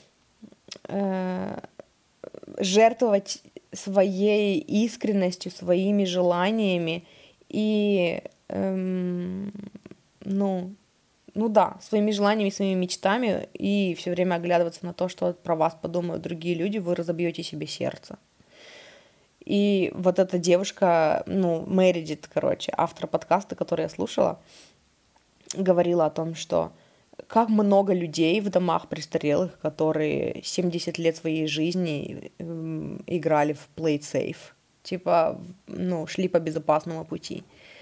жертвовать своей искренностью, своими желаниями и, своими желаниями, своими мечтами, и все время оглядываться на то, что про вас подумают другие люди, вы разобьете себе сердце. И вот эта девушка, Мэридит, автор подкаста, который я слушала, говорила о том, что как много людей в домах престарелых, которые 70 лет своей жизни играли в play it safe, типа, шли по безопасному пути,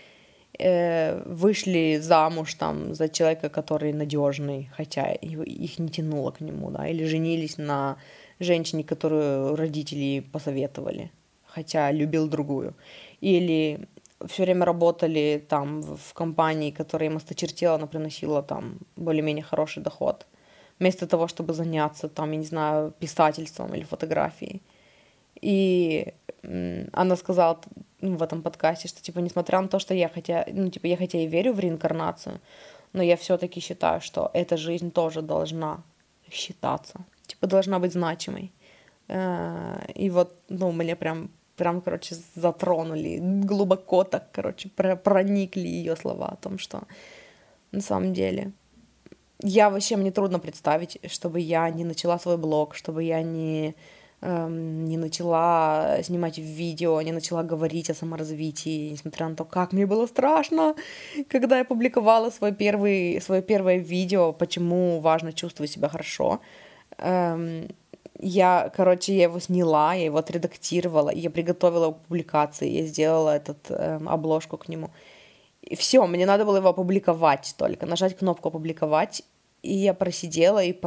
вышли замуж там за человека, который надежный, хотя их не тянуло к нему, да, или женились на женщине, которую родители посоветовали, хотя любил другую, или все время работали там в компании, которая им осточертела, она приносила там более-менее хороший доход, вместо того, чтобы заняться там, я не знаю, писательством или фотографией. И она сказала в этом подкасте, что, типа, несмотря на то, что я хотя и верю в реинкарнацию, но я все-таки считаю, что эта жизнь тоже должна считаться, типа, должна быть значимой. И вот, мне прям, затронули глубоко так, проникли ее слова о том, что на самом деле мне трудно представить, чтобы я не начала свой блог, чтобы я не начала снимать видео, не начала говорить о саморазвитии, несмотря на то, как мне было страшно, когда я публиковала свое первое видео, почему важно чувствовать себя хорошо. Я его сняла, я его отредактировала, я приготовила его к публикации, я сделала обложку к нему. И все, мне надо было его опубликовать только, нажать кнопку «Опубликовать», и я просидела и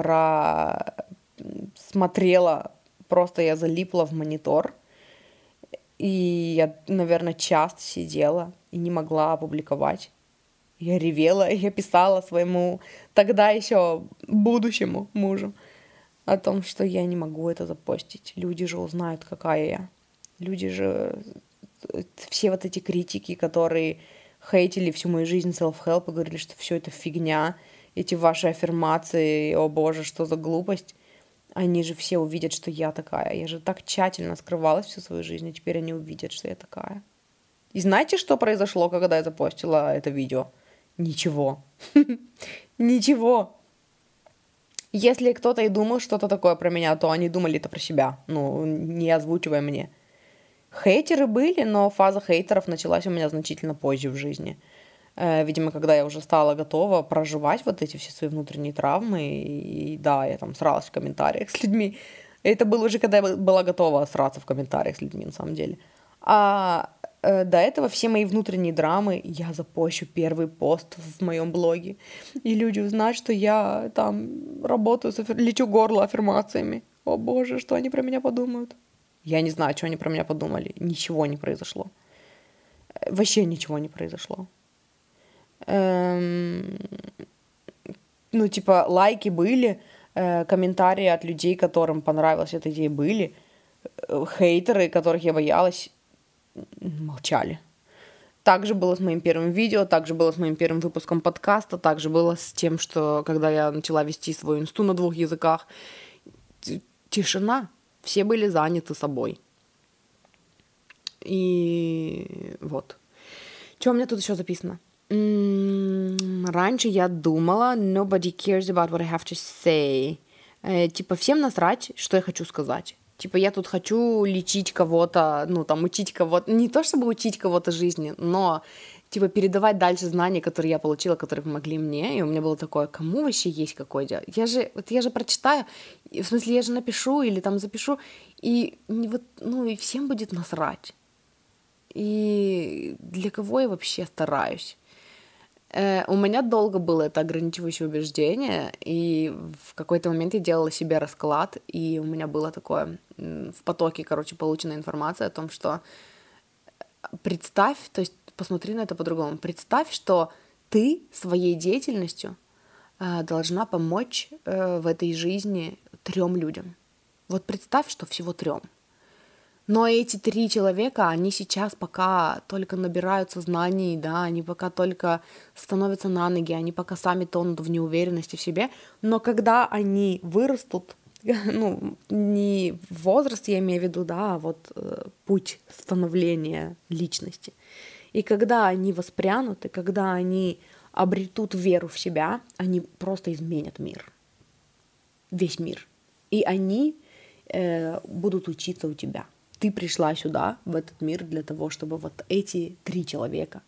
смотрела, просто я залипла в монитор, и я, наверное, час сидела и не могла опубликовать. Я ревела, и я писала своему тогда еще будущему мужу о том, что я не могу это запостить. Люди же узнают, какая я. Люди же все вот эти критики, которые хейтили всю мою жизнь self-help и говорили, что все это фигня, эти ваши аффирмации, о боже, что за глупость, они же все увидят, что я такая. Я же так тщательно скрывалась всю свою жизнь, и теперь они увидят, что я такая. И знаете, что произошло, когда я запостила это видео? Ничего. Ничего. Если кто-то и думал что-то такое про меня, то они думали это про себя, не озвучивая мне. Хейтеры были, но фаза хейтеров началась у меня значительно позже в жизни. Видимо, когда я уже стала готова проживать вот эти все свои внутренние травмы, и да, я там сралась в комментариях с людьми. Это было уже, когда я была готова сраться в комментариях с людьми, на самом деле. А до этого все мои внутренние драмы, я запощу первый пост в моем блоге, и люди узнают, что я там работаю, лечу горло аффирмациями. О боже, что они про меня подумают? Я не знаю, что они про меня подумали. Ничего не произошло. Вообще ничего не произошло. Лайки были, комментарии от людей, которым понравилась эта идея, были. Хейтеры, которых я боялась, молчали. Так же было с моим первым видео, так же было с моим первым выпуском подкаста, так же было с тем, что когда я начала вести свою инсту на 2 языках. Тишина. Все были заняты собой. И вот. Что у меня тут еще записано? Раньше я думала, nobody cares about what I have to say. Всем насрать, что я хочу сказать. Я тут хочу лечить кого-то, учить кого-то. Не то, чтобы учить кого-то жизни, но, передавать дальше знания, которые я получила, которые помогли мне. И у меня было такое, кому вообще есть какое дело? Я же прочитаю, в смысле, я же напишу или там запишу, и и всем будет насрать. И для кого я вообще стараюсь? У меня долго было это ограничивающее убеждение, и в какой-то момент я делала себе расклад, и у меня было такое в потоке, полученная информация о том, что представь, то есть посмотри на это по-другому, представь, что ты своей деятельностью должна помочь в этой жизни 3 людям. Вот представь, что всего 3. Но эти 3 человека, они сейчас пока только набираются знаний, да, они пока только становятся на ноги, они пока сами тонут в неуверенности в себе, но когда они вырастут, не возраст, я имею в виду, да, а вот путь становления личности, и когда они воспрянут, и когда они обретут веру в себя, они просто изменят мир, весь мир, и они будут учиться у тебя. Ты пришла сюда, в этот мир, для того, чтобы вот эти 3 человека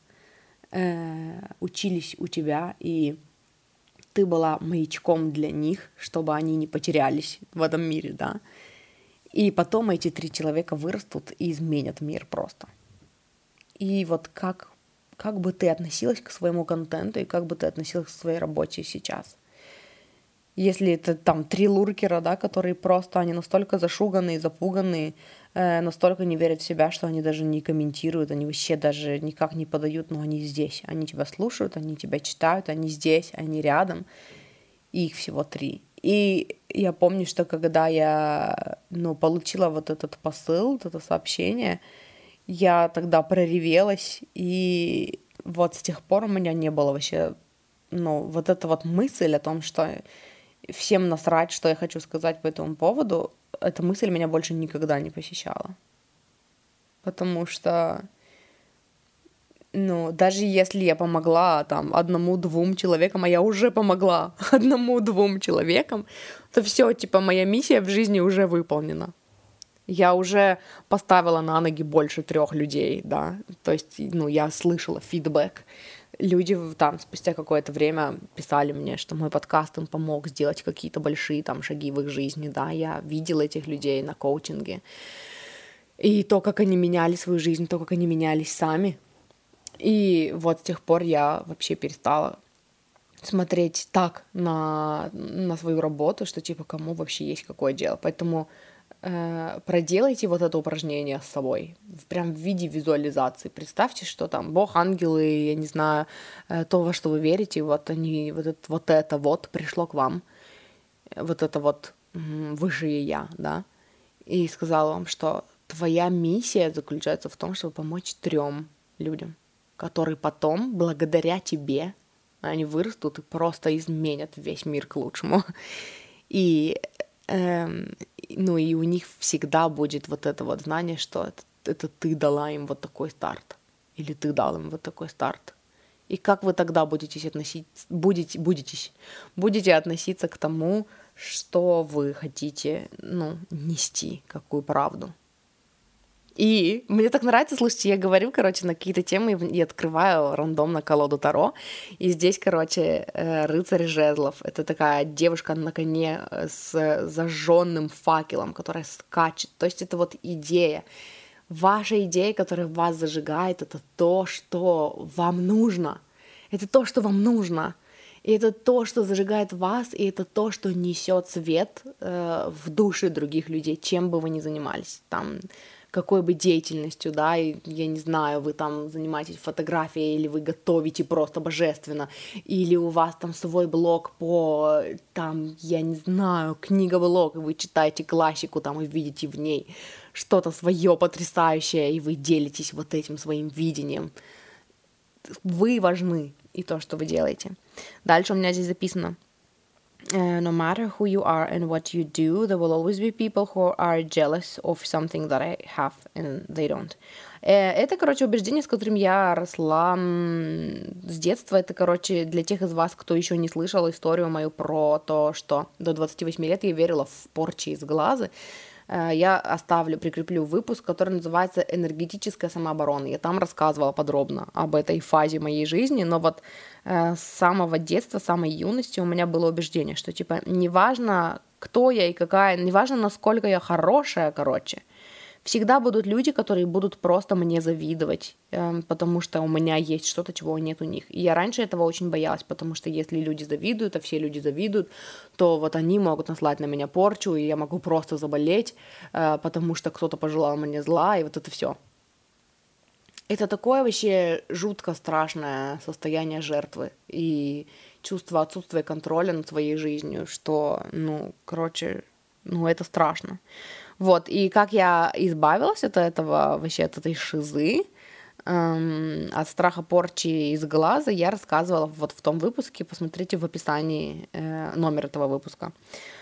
учились у тебя, и ты была маячком для них, чтобы они не потерялись в этом мире, да. И потом эти 3 человека вырастут и изменят мир просто. И вот как бы ты относилась к своему контенту, и как бы ты относилась к своей работе сейчас? Если это там 3 луркера, да, которые просто, они настолько зашуганные, запуганные, настолько не верят в себя, что они даже не комментируют, они вообще даже никак не подают, но они здесь, они тебя слушают, они тебя читают, они здесь, они рядом, и их всего 3. И я помню, что когда я, получила вот этот посыл, вот это сообщение, я тогда проревелась, и вот с тех пор у меня не было вообще, вот эта вот мысль о том, что всем насрать, что я хочу сказать по этому поводу, эта мысль меня больше никогда не посещала. Потому что, даже если я помогла там 1-2 человекам, а я уже помогла 1-2 человекам, то все, моя миссия в жизни уже выполнена. Я уже поставила на ноги больше 3 людей, да, то есть, я слышала фидбэк. Люди там спустя какое-то время писали мне, что мой подкаст им помог сделать какие-то большие там шаги в их жизни, да, я видела этих людей на коучинге, и то, как они меняли свою жизнь, то, как они менялись сами, и вот с тех пор я вообще перестала смотреть так на свою работу, что кому вообще есть какое дело, поэтому проделайте вот это упражнение с собой, прям в виде визуализации. Представьте, что там Бог, ангелы, я не знаю, то, во что вы верите, вот они, вот это пришло к вам, вот это вот высшее я, да, и сказала вам, что твоя миссия заключается в том, чтобы помочь 3 людям, которые потом, благодаря тебе, они вырастут и просто изменят весь мир к лучшему. И, ну, и у них всегда будет вот это вот знание, что это ты дала им вот такой старт. Или ты дал им вот такой старт. И как вы тогда будете относиться к тому, что вы хотите, ну, нести, какую правду. И мне так нравится, слушайте, я говорю, короче, на какие-то темы и открываю рандомно колоду Таро, и здесь, короче, рыцарь жезлов. Это такая девушка на коне с зажженным факелом, которая скачет. То есть это вот идея. Ваша идея, которая вас зажигает, это то, что вам нужно. Это то, что вам нужно. И это то, что зажигает вас, и это то, что несет свет в души других людей, чем бы вы ни занимались. Там, какой бы деятельностью, да, и, я не знаю, вы там занимаетесь фотографией, или вы готовите просто божественно, или у вас там свой блог по, там, я не знаю, книга-блог, и вы читаете классику там и видите в ней что-то свое потрясающее, и вы делитесь вот этим своим видением. Вы важны, и то, что вы делаете. Дальше у меня здесь записано: no matter who you are and what you do, there will always be people who are jealous of something that I have and they don't. Это, короче, убеждение, с которым я росла с детства. Это, короче, для тех из вас, кто еще не слышал историю мою про то, что до 28 лет я верила в порчи из глаза. Я прикреплю выпуск, который называется «Энергетическая самооборона». Я там рассказывала подробно об этой фазе моей жизни, но вот с самого детства, с самой юности у меня было убеждение, что, типа, неважно, кто я и какая, неважно, насколько я хорошая, короче, всегда будут люди, которые будут просто мне завидовать, потому что у меня есть что-то, чего нет у них. И я раньше этого очень боялась, потому что если люди завидуют, а все люди завидуют, то вот они могут наслать на меня порчу, и я могу просто заболеть, потому что кто-то пожелал мне зла, и вот это все. Это такое вообще жутко страшное состояние жертвы и чувство отсутствия контроля над своей жизнью, что, ну, короче, ну, это страшно. Вот, и как я избавилась от этого, вообще от этой шизы, от страха порчи из глаза, я рассказывала вот в том выпуске, посмотрите в описании номер этого выпуска.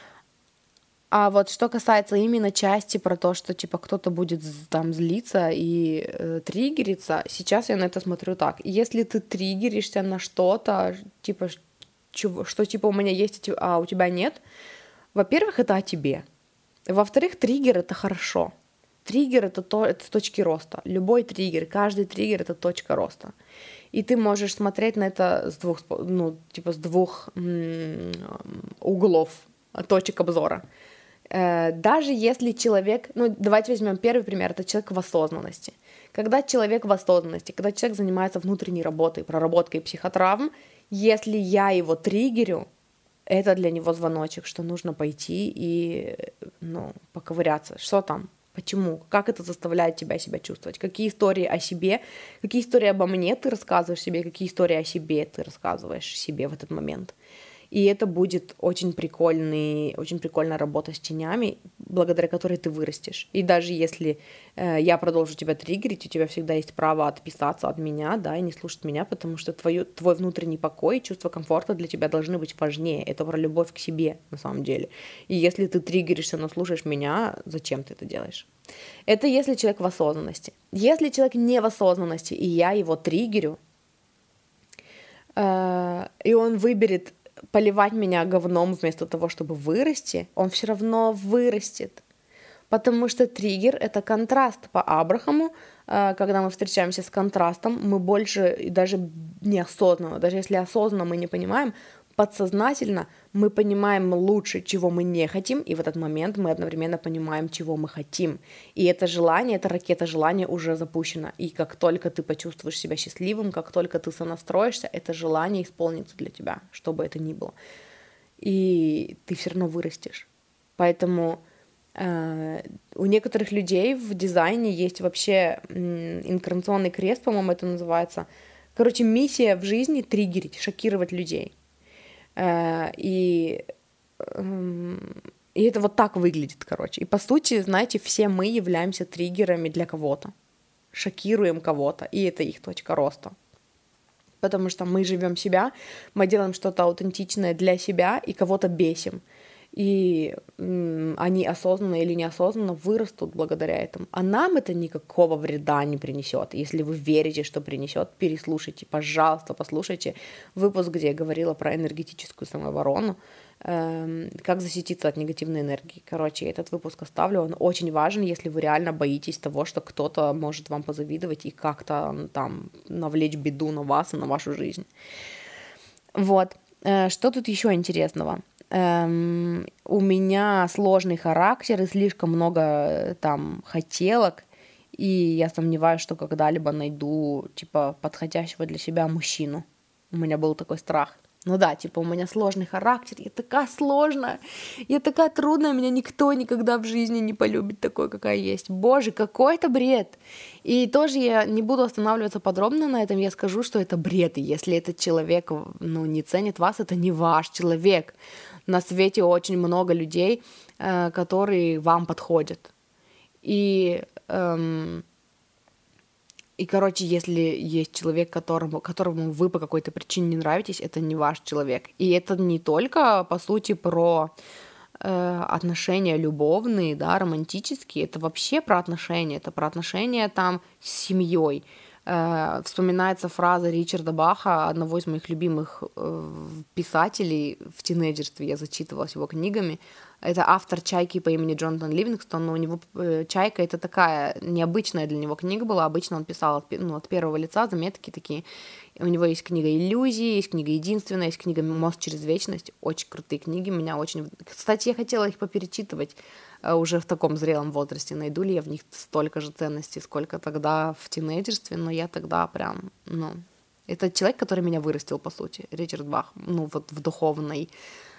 А вот что касается именно части про то, что, типа, кто-то будет там злиться и триггериться, сейчас я на это смотрю так. Если ты триггеришься на что-то, типа, что, типа, у меня есть, а у тебя нет, во-первых, это о тебе. Во-вторых, триггер — это хорошо. Триггер — это точки роста. Любой триггер, каждый триггер — это точка роста. И ты можешь смотреть на это с двух углов, точек обзора. Даже если человек... Ну, давайте возьмем первый пример. Это человек в осознанности. Когда человек в осознанности, когда человек занимается внутренней работой, проработкой психотравм, если я его триггерю, это для него звоночек, что нужно пойти и, ну, поковыряться. Что там? Почему? Как это заставляет тебя себя чувствовать? Какие истории о себе, какие истории обо мне ты рассказываешь себе, какие истории о себе ты рассказываешь себе в этот момент. И это будет очень прикольная работа с тенями, благодаря которой ты вырастешь. И даже если я продолжу тебя триггерить, у тебя всегда есть право отписаться от меня, да, и не слушать меня, потому что твой внутренний покой и чувство комфорта для тебя должны быть важнее. Это про любовь к себе, на самом деле. И если ты триггеришься, но слушаешь меня, зачем ты это делаешь? Это если человек в осознанности. Если человек не в осознанности, и я его триггерю, и он выберет поливать меня говном вместо того, чтобы вырасти, он все равно вырастет. Потому что триггер — это контраст по Абрахаму. Когда мы встречаемся с контрастом, мы больше, и даже неосознанно, даже если осознанно мы не понимаем, подсознательно мы понимаем лучше, чего мы не хотим, и в этот момент мы одновременно понимаем, чего мы хотим. И это желание, эта ракета желания уже запущена. И как только ты почувствуешь себя счастливым, как только ты сонастроишься, это желание исполнится для тебя, что бы это ни было. И ты все равно вырастешь. Поэтому у некоторых людей в дизайне есть вообще инкарнационный крест, по-моему, это называется. Короче, миссия в жизни — триггерить, шокировать людей. И И это вот так выглядит, короче. И по сути, знаете, все мы являемся триггерами для кого-то. Шокируем кого-то, и это их точка роста. Потому что мы живем себя, мы делаем что-то аутентичное для себя и кого-то бесим. И они осознанно или неосознанно вырастут благодаря этому. А нам это никакого вреда не принесет. Если вы верите, что принесет, переслушайте, пожалуйста, послушайте выпуск, где я говорила про энергетическую самооборону, как защититься от негативной энергии. Короче, этот выпуск оставлю, он очень важен, если вы реально боитесь того, что кто-то может вам позавидовать и как-то там навлечь беду на вас и на вашу жизнь. Вот. Что тут еще интересного? У меня сложный характер и слишком много там хотелок, и я сомневаюсь, что когда-либо найду, типа, подходящего для себя мужчину. У меня был такой страх. Ну да, типа, у меня сложный характер, я такая сложная, я такая трудная, меня никто никогда в жизни не полюбит такой, какая есть. Боже, какой это бред! И тоже я не буду останавливаться подробно на этом, я скажу, что это бред, и если этот человек, не ценит вас, это не ваш человек. На свете очень много людей, которые вам подходят. И, короче, если есть человек, которому вы по какой-то причине не нравитесь, это не ваш человек. И это не только, по сути, про отношения любовные, да, романтические, это вообще про отношения, это про отношения там с семьей. Вспоминается фраза Ричарда Баха, одного из моих любимых писателей в тинейджерстве, я зачитывалась его книгами. Это автор «Чайки» по имени Джонатан Ливингстон, но у него «Чайка» — это такая необычная для него книга была, обычно он писал от первого лица, заметки такие. У него есть книга «Иллюзии», есть книга «Единственная», есть книга «Мост через вечность», очень крутые книги, меня очень... Кстати, я хотела их поперечитывать уже в таком зрелом возрасте, найду ли я в них столько же ценностей, сколько тогда в тинейджерстве, но я тогда прям, это человек, который меня вырастил, по сути, Ричард Бах, вот в духовном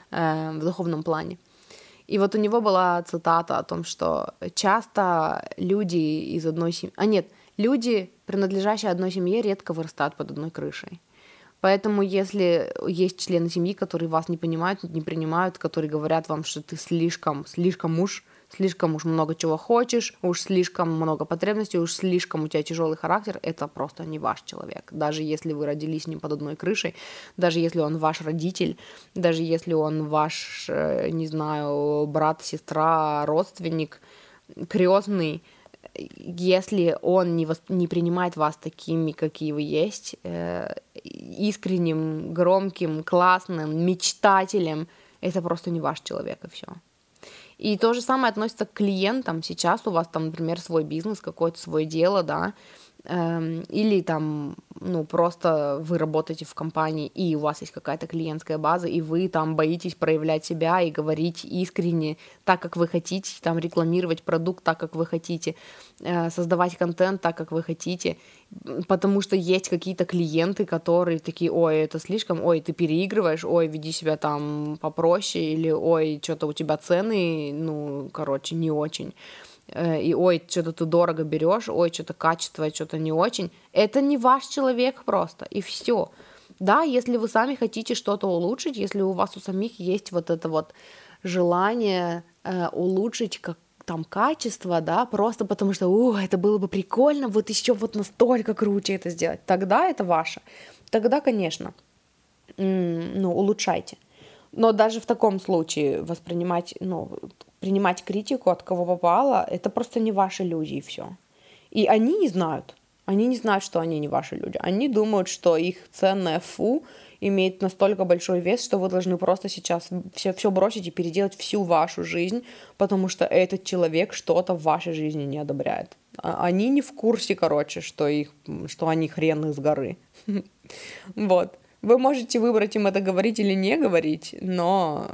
плане. И вот у него была цитата о том, что часто люди из одной семьи... люди, принадлежащие одной семье, редко вырастают под одной крышей. Поэтому если есть члены семьи, которые вас не понимают, не принимают, которые говорят вам, что ты слишком уж много чего хочешь, уж слишком много потребностей, уж слишком у тебя тяжелый характер, это просто не ваш человек. Даже если вы родились с ним под одной крышей, даже если он ваш родитель, даже если он ваш, не знаю, брат, сестра, родственник, крестный, если он не принимает вас такими, какие вы есть, искренним, громким, классным, мечтателем, это просто не ваш человек, и все. И то же самое относится к клиентам. Сейчас у вас там, например, свой бизнес, какое-то свое дело, да, или там, просто вы работаете в компании, и у вас есть какая-то клиентская база, и вы там боитесь проявлять себя и говорить искренне так, как вы хотите, там рекламировать продукт так, как вы хотите, создавать контент так, как вы хотите, потому что есть какие-то клиенты, которые такие: ой, это слишком, ой, ты переигрываешь, ой, веди себя там попроще, или ой, что-то у тебя цены, не очень. И ой, что-то ты дорого берешь, ой, что-то качество, что-то не очень. Это не ваш человек просто, и все. Да, если вы сами хотите что-то улучшить, если у вас у самих есть вот это вот желание улучшить качество, да, просто потому что, это было бы прикольно, вот еще вот настолько круче это сделать, тогда это ваше. Тогда, конечно, улучшайте. Но даже в таком случае принимать критику от кого попало, это просто не ваши люди, и все. И они не знают, что они не ваши люди. Они думают, что их ценное фу имеет настолько большой вес, что вы должны просто сейчас все бросить и переделать всю вашу жизнь, потому что этот человек что-то в вашей жизни не одобряет. Они не в курсе, что они хрен из горы. Вот. Вы можете выбрать им это говорить или не говорить, но,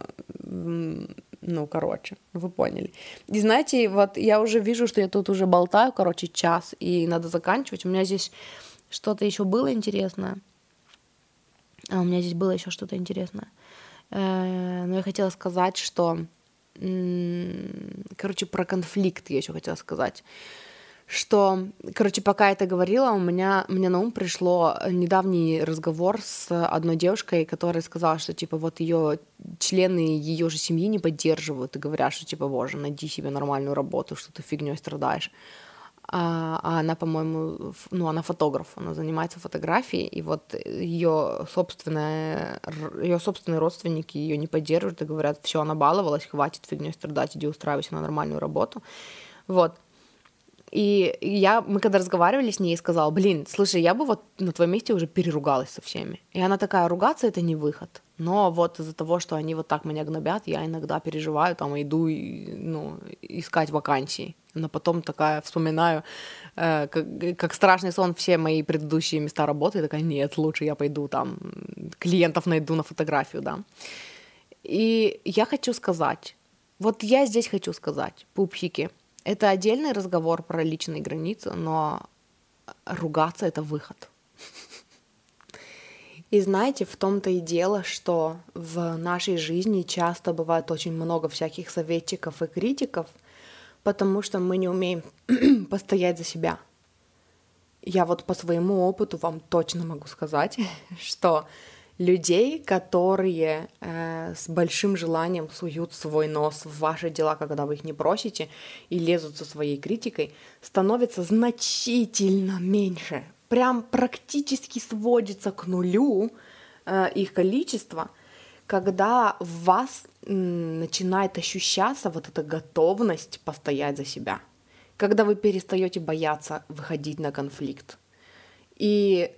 вы поняли. И знаете, вот я уже вижу, что я тут уже болтаю, час, и надо заканчивать. У меня здесь что-то еще было интересное. У меня здесь было еще что-то интересное. Но я хотела сказать, что... про конфликт я еще хотела сказать. что, короче, пока я это говорила, мне на ум пришло недавний разговор с одной девушкой, которая сказала, что, типа, вот ее члены ее же семьи не поддерживают и говорят, что, типа, боже, найди себе нормальную работу, что ты фигней страдаешь. А она, по-моему, она фотограф, она занимается фотографией, и вот ее собственные родственники ее не поддерживают и говорят, все, она баловалась, хватит фигней страдать, иди устраивайся на нормальную работу. Вот. И мы когда разговаривали с ней, я сказала, блин, слушай, я бы вот на твоем месте уже переругалась со всеми. И она такая, ругаться — это не выход. Но вот из-за того, что они вот так меня гнобят, я иногда переживаю, там, иду искать вакансии. Но потом такая вспоминаю, как страшный сон, все мои предыдущие места работы, и такая, нет, лучше я пойду там, клиентов найду на фотографию, да. И я хочу сказать, вот я здесь хочу сказать, пупсики, это отдельный разговор про личные границы, но ругаться — это выход. И знаете, в том-то и дело, что в нашей жизни часто бывает очень много всяких советчиков и критиков, потому что мы не умеем постоять за себя. Я вот по своему опыту вам точно могу сказать, что людей, которые с большим желанием суют свой нос в ваши дела, когда вы их не просите, и лезут со своей критикой, становится значительно меньше. Прям практически сводится к нулю их количество, когда в вас начинает ощущаться вот эта готовность постоять за себя, когда вы перестаете бояться выходить на конфликт. И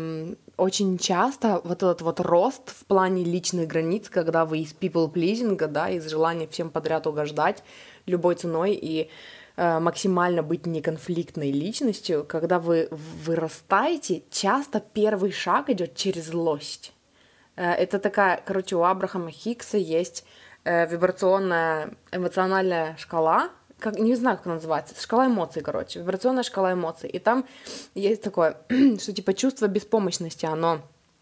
очень часто вот этот вот рост в плане личных границ, когда вы из people-pleasing, да, из желания всем подряд угождать любой ценой и максимально быть неконфликтной личностью, когда вы вырастаете, часто первый шаг идет через злость. Это такая, короче, у Абрахама Хикса есть вибрационная эмоциональная шкала, не знаю, как она называется, шкала эмоций, короче, вибрационная шкала эмоций. И там есть такое, что типа чувство беспомощности, оно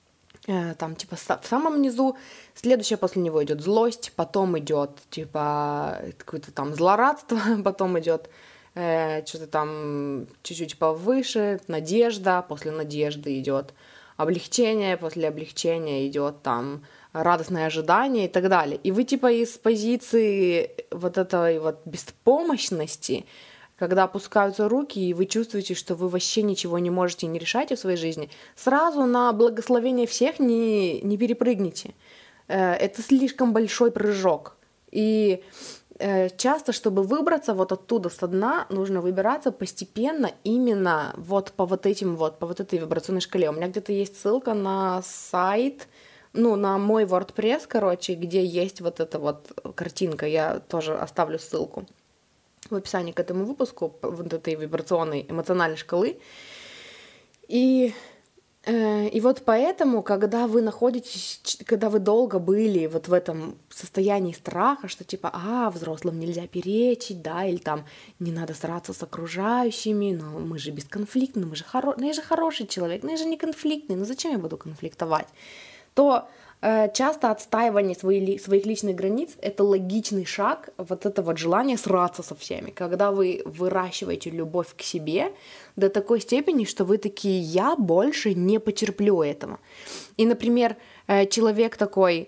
там типа в самом низу, следующее после него идет злость, потом идет типа какое-то там злорадство, потом идет что-то там чуть-чуть повыше, надежда, после надежды идет облегчение, после облегчения идет там радостное ожидание и так далее. И вы типа из позиции вот этой вот беспомощности, когда опускаются руки, и вы чувствуете, что вы вообще ничего не можете, не решаете в своей жизни, сразу на благословение всех не перепрыгните. Это слишком большой прыжок. И часто, чтобы выбраться вот оттуда со дна, нужно выбираться постепенно именно вот по вот этой вибрационной шкале. У меня где-то есть ссылка на сайт, на мой WordPress, короче, где есть вот эта вот картинка. Я тоже оставлю ссылку в описании к этому выпуску, вот этой вибрационной эмоциональной шкалы. И вот поэтому, когда вы долго были вот в этом состоянии страха, что типа, взрослым нельзя перечить, да, или там не надо сраться с окружающими, но мы же бесконфликтны, я же хороший человек, я же не конфликтный, зачем я буду конфликтовать? То часто отстаивание своих личных границ — это логичный шаг, вот это вот желание сраться со всеми, когда вы выращиваете любовь к себе до такой степени, что вы такие, я больше не потерплю этого. И, например, человек такой,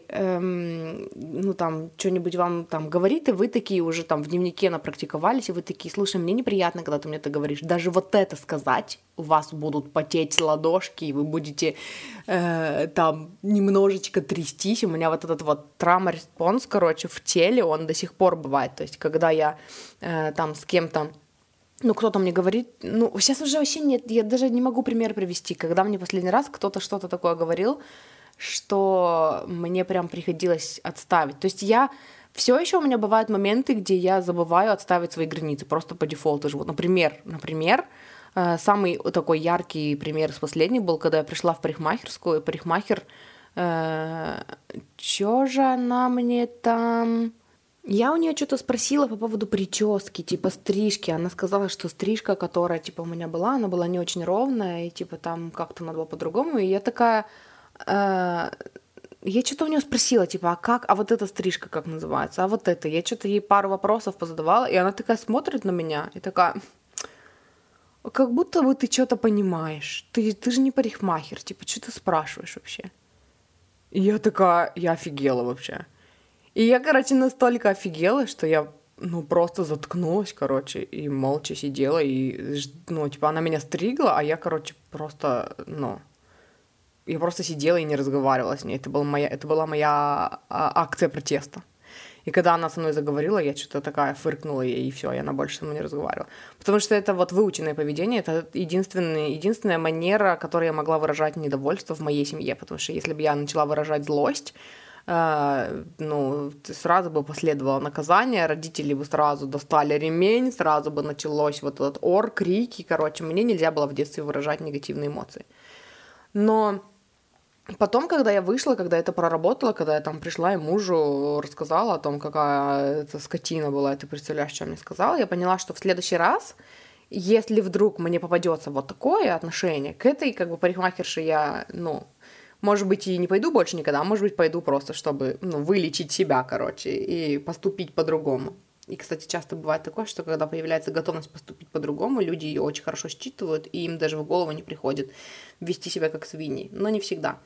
что-нибудь вам там говорит, и вы такие уже там в дневнике напрактиковались, и вы такие, слушай, мне неприятно, когда ты мне это говоришь, даже вот это сказать, у вас будут потеть ладошки, и вы будете там немножечко трястись, у меня вот этот вот trauma-респонс, короче, в теле, он до сих пор бывает, то есть когда я там с кем-то, кто-то мне говорит, сейчас уже вообще нет, я даже не могу пример привести, когда мне последний раз кто-то что-то такое говорил, что мне прям приходилось отставить. То есть все еще у меня бывают моменты, где я забываю отставить свои границы, просто по дефолту живу. Например, самый такой яркий пример из последних был, когда я пришла в парикмахерскую, и парикмахер, чё же она мне там... Я у нее что-то спросила по поводу прически, типа стрижки. Она сказала, что стрижка, которая типа у меня была, она была не очень ровная, и типа там как-то надо было по-другому. И я такая... Я что-то у нее спросила, типа, а вот эта стрижка как называется, а вот это. Я что-то ей пару вопросов позадавала, и она такая смотрит на меня и такая,
как будто бы ты что-то понимаешь. Ты же не парикмахер, типа, что ты спрашиваешь вообще? И я такая, я офигела вообще. И я, короче, настолько офигела, что я, ну, просто заткнулась, короче, и молча сидела, и, ну, типа, она меня стригла, а я, короче, просто, ну, я просто сидела и не разговаривала с ней. Это была моя акция протеста. И когда она со мной заговорила, я что-то такая фыркнула ей, и все, и она больше со мной не разговаривала. Потому что это вот выученное поведение, это единственная манера, которой я могла выражать недовольство в моей семье. Потому что если бы я начала выражать злость, ну, сразу бы последовало наказание, родители бы сразу достали ремень, сразу бы началось вот этот ор, крики, короче, мне нельзя было в детстве выражать негативные эмоции. Но потом, когда я вышла, когда это проработала, когда я там пришла и мужу рассказала о том, какая это скотина была, и ты представляешь, что я мне сказала, я поняла, что в следующий раз, если вдруг мне попадется вот такое отношение, к этой как бы парикмахерше я, ну, может быть, и не пойду больше никогда, а может быть, пойду просто, чтобы, ну, вылечить себя, короче, и поступить по-другому. И, кстати, часто бывает такое, что когда появляется готовность поступить по-другому, люди ее очень хорошо считывают, и им даже в голову не приходит вести себя как свиньи. Но не всегда.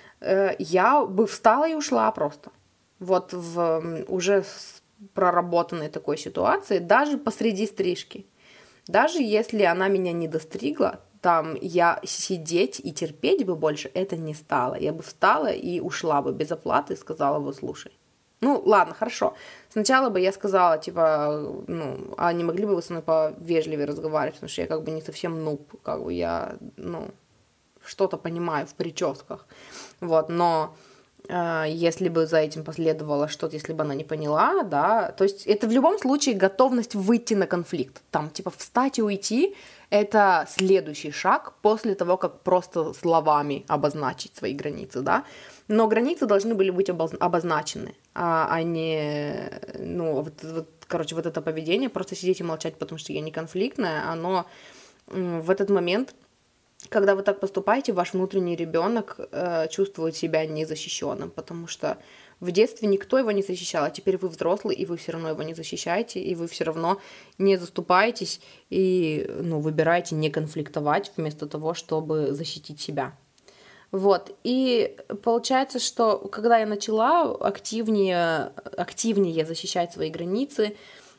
Я бы встала и ушла просто. Вот в уже проработанной такой ситуации, даже посреди стрижки. Даже если она меня не достригла, там я сидеть и терпеть бы больше это не стала. Я бы встала и ушла бы без оплаты и сказала бы, слушай, ну, ладно, хорошо. Сначала бы я сказала, типа, ну, а не могли бы вы со мной повежливее разговаривать, потому что я как бы не совсем нуб, как бы я, ну, что-то понимаю в прическах, вот, но если бы за этим последовало что-то, если бы она не поняла, да, то есть это в любом случае готовность выйти на конфликт, там, типа, встать и уйти, это следующий шаг после того, как просто словами обозначить свои границы, да, но границы должны были быть обозначены, а не, ну, короче, вот это поведение, просто сидеть и молчать, потому что я не конфликтная, оно в этот момент, когда вы так поступаете, ваш внутренний ребенок чувствует себя незащищенным, потому что в детстве никто его не защищал, а теперь вы взрослый, и вы все равно его не защищаете, и вы все равно не заступаетесь и, ну, выбираете не конфликтовать вместо того, чтобы защитить себя. Вот, и получается, что когда я начала активнее защищать свои границы,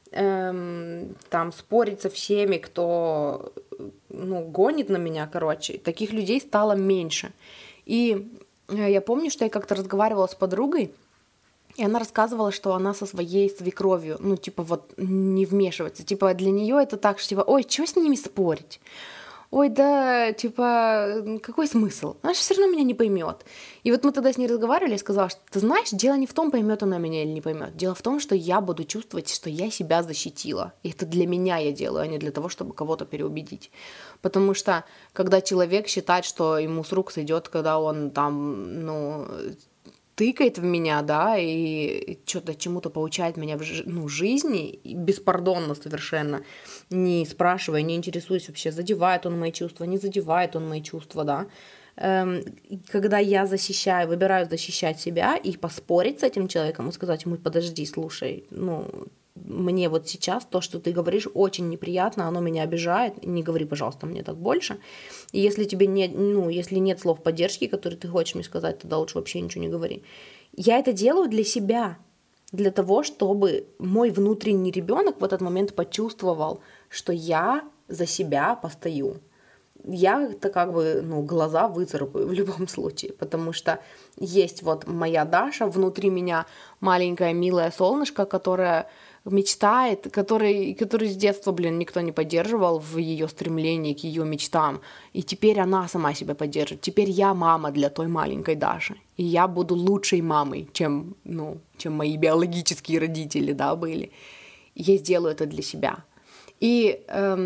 там спорить со всеми, кто, ну, гонит на меня, короче, таких людей стало меньше. И я помню, что я как-то разговаривала с подругой, и она рассказывала, что она со своей свекровью, ну, типа, вот, не вмешивается. Типа, для нее это так, что, типа, ой, что с ними спорить? Ой, да, типа, какой смысл? Она же все равно меня не поймет. И вот мы тогда с ней разговаривали, я сказала, что, ты знаешь, дело не в том, поймет она меня или не поймет. Дело в том, что я буду чувствовать, что я себя защитила. И это для меня я делаю, а не для того, чтобы кого-то переубедить. Потому что, когда человек считает, что ему с рук сойдет, когда он там, ну, тыкает в меня, да, и что-то чему-то поучает меня в жизни, и беспардонно совершенно, не спрашивая, не интересуясь вообще, задевает он мои чувства, не задевает он мои чувства, да. Когда я выбираю защищать себя и поспорить с этим человеком и сказать ему, подожди, слушай, ну, мне вот сейчас то, что ты говоришь, очень неприятно, оно меня обижает, не говори, пожалуйста, мне так больше. И если тебе если нет слов поддержки, которые ты хочешь мне сказать, тогда лучше вообще ничего не говори. Я это делаю для себя, для того, чтобы мой внутренний ребенок в этот момент почувствовал, что я за себя постою. Я-то как бы, глаза выцарапаю в любом случае, потому что есть вот моя Даша, внутри меня маленькое милое солнышко, которое мечтает, который с детства, никто не поддерживал в ее стремлении к ее мечтам. И теперь она сама себя поддерживает. Теперь я мама для той маленькой Даши. И я буду лучшей мамой, чем мои биологические родители, да, были. И я сделаю это для себя. И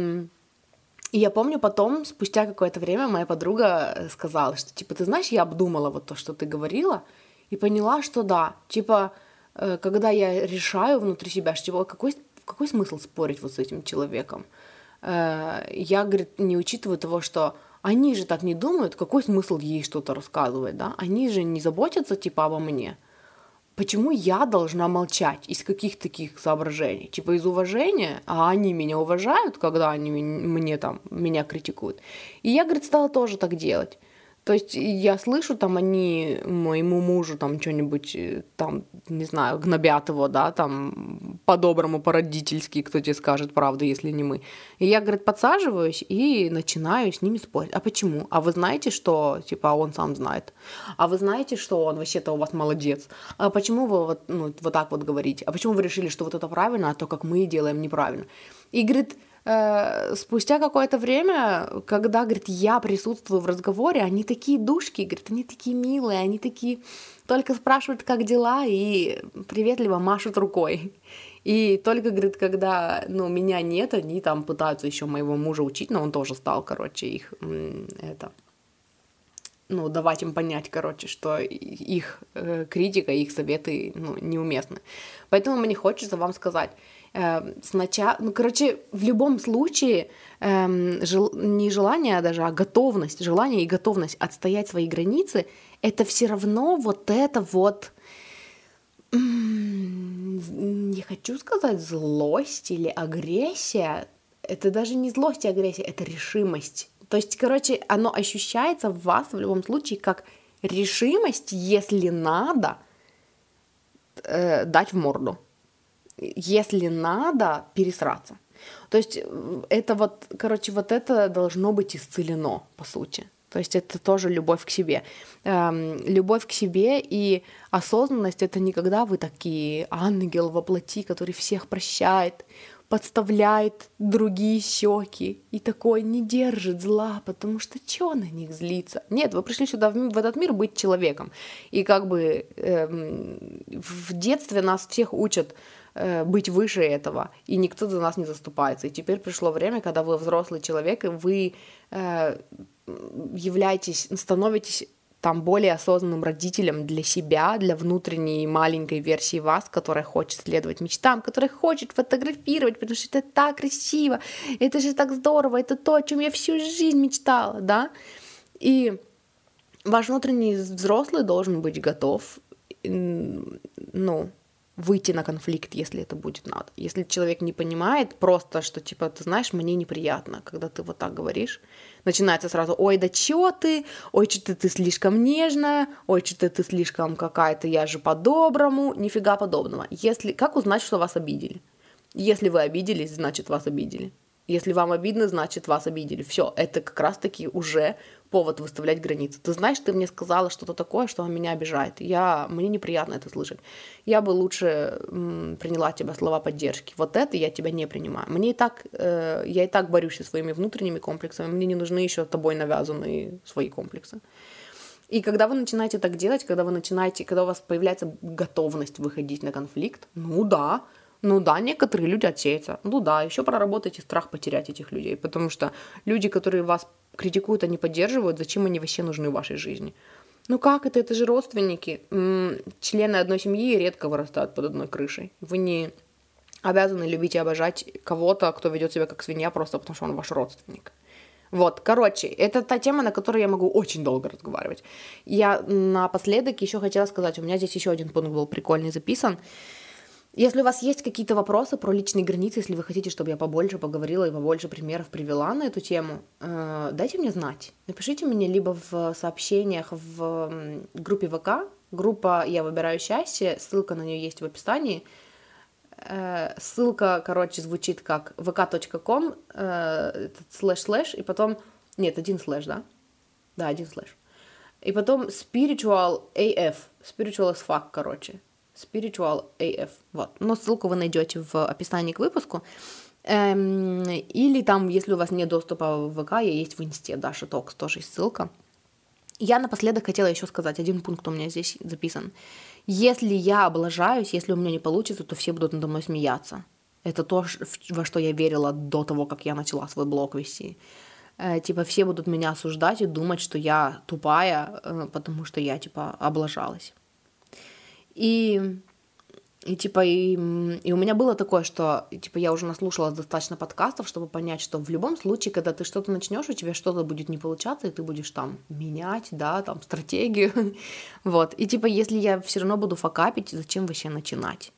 я помню потом, спустя какое-то время, моя подруга сказала, что, ты знаешь, я обдумала вот то, что ты говорила, и поняла, что да, когда я решаю внутри себя, что какой смысл спорить вот с этим человеком? Я, говорит, не учитываю того, что они же так не думают, какой смысл ей что-то рассказывать, да? Они же не заботятся, обо мне. почему я должна молчать? Из каких таких соображений? Типа из уважения, а они меня уважают, когда они меня критикуют. И я, говорит, стала тоже так делать. То есть я слышу, там они моему мужу там что-нибудь, там, не знаю, гнобят его, да, там, по-доброму, по-родительски, кто тебе скажет правду, если не мы. И я, говорит, подсаживаюсь и начинаю с ними спорить. А почему? А вы знаете, что, типа, он сам знает? А вы знаете, что он вообще-то у вас молодец? А почему вы вот так вот говорите? А почему вы решили, что вот это правильно, а то, как мы делаем, неправильно? И, говорит, спустя какое-то время, когда, говорит, я присутствую в разговоре, они такие душки, говорит, они такие милые, они такие только спрашивают, как дела, и приветливо машут рукой. И только, говорит, когда, меня нет, они там пытаются еще моего мужа учить, но он тоже стал, короче, их, давать им понять, короче, что их критика, их советы, неуместны. Поэтому мне хочется вам сказать, сначала, в любом случае не желание даже, а готовность, желание и готовность отстоять свои границы, это все равно вот это вот, не хочу сказать злость или агрессия, это даже не злость и агрессия, это решимость. То есть, оно ощущается в вас в любом случае как решимость, если надо, дать в морду. Если надо, пересраться. То есть это вот это должно быть исцелено, по сути. То есть это тоже любовь к себе. Любовь к себе и осознанность — это не когда вы такие ангел во плоти, который всех прощает, подставляет другие щеки и такой не держит зла, потому что чё на них злиться? Нет, вы пришли сюда, в этот мир, быть человеком. И в детстве нас всех учат быть выше этого, и никто за нас не заступается. И теперь пришло время, когда вы взрослый человек, и вы становитесь там более осознанным родителем для себя, для внутренней маленькой версии вас, которая хочет следовать мечтам, которая хочет фотографировать, потому что это так красиво, это же так здорово, это то, о чем я всю жизнь мечтала, да? И ваш внутренний взрослый должен быть готов, выйти на конфликт, если это будет надо. Если человек не понимает просто, что, типа, ты знаешь, мне неприятно, когда ты вот так говоришь, начинается сразу: ой, да чё ты, ой, что ты слишком нежная, ой, что ты слишком какая-то, я же по-доброму, нифига подобного. Как узнать, что вас обидели? Если вы обиделись, значит, вас обидели. Если вам обидно, значит, вас обидели. Все, это как раз-таки уже повод выставлять границы. Ты знаешь, ты мне сказала что-то такое, что меня обижает. Мне неприятно это слышать. Я бы лучше приняла от тебя слова поддержки. Вот это я тебя не принимаю. Я и так борюсь со своими внутренними комплексами. Мне не нужны еще тобой навязанные свои комплексы. И когда вы начинаете так делать, когда у вас появляется готовность выходить на конфликт, некоторые люди отсеются. Еще проработайте страх потерять этих людей. Потому что люди, которые вас критикуют, они поддерживают, зачем они вообще нужны в вашей жизни? Как это? Это же родственники. Члены одной семьи редко вырастают под одной крышей. Вы не обязаны любить и обожать кого-то, кто ведет себя как свинья, просто потому что он ваш родственник. Это та тема, на которой я могу очень долго разговаривать. Я напоследок еще хотела сказать, у меня здесь еще один пункт был прикольный записан. Если у вас есть какие-то вопросы про личные границы, если вы хотите, чтобы я побольше поговорила и побольше примеров привела на эту тему, дайте мне знать. Напишите мне либо в сообщениях в группе ВК, группа «Я выбираю счастье», ссылка на нее есть в описании. Ссылка, звучит как vk.com / и потом... Нет, один слэш, да? Да, один слэш. И потом spiritual AF, spiritual as fuck, Spiritual AF. Но ссылку вы найдете в описании к выпуску. Или там, если у вас нет доступа в ВК, я есть в Инсте, Даша Токс, тоже есть ссылка. Я напоследок хотела еще сказать, один пункт у меня здесь записан. Если я облажаюсь, если у меня не получится, то все будут надо мной смеяться. Это то, во что я верила до того, как я начала свой блог вести. Все будут меня осуждать и думать, что я тупая, потому что я, облажалась. И И, типа, и у меня было такое, что, типа, я уже наслушалась достаточно подкастов, чтобы понять, что в любом случае, когда ты что-то начнешь, у тебя что-то будет не получаться, и ты будешь там менять, да, там, стратегию, вот. И, типа, если я все равно буду факапить, зачем вообще начинать?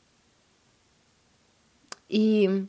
И,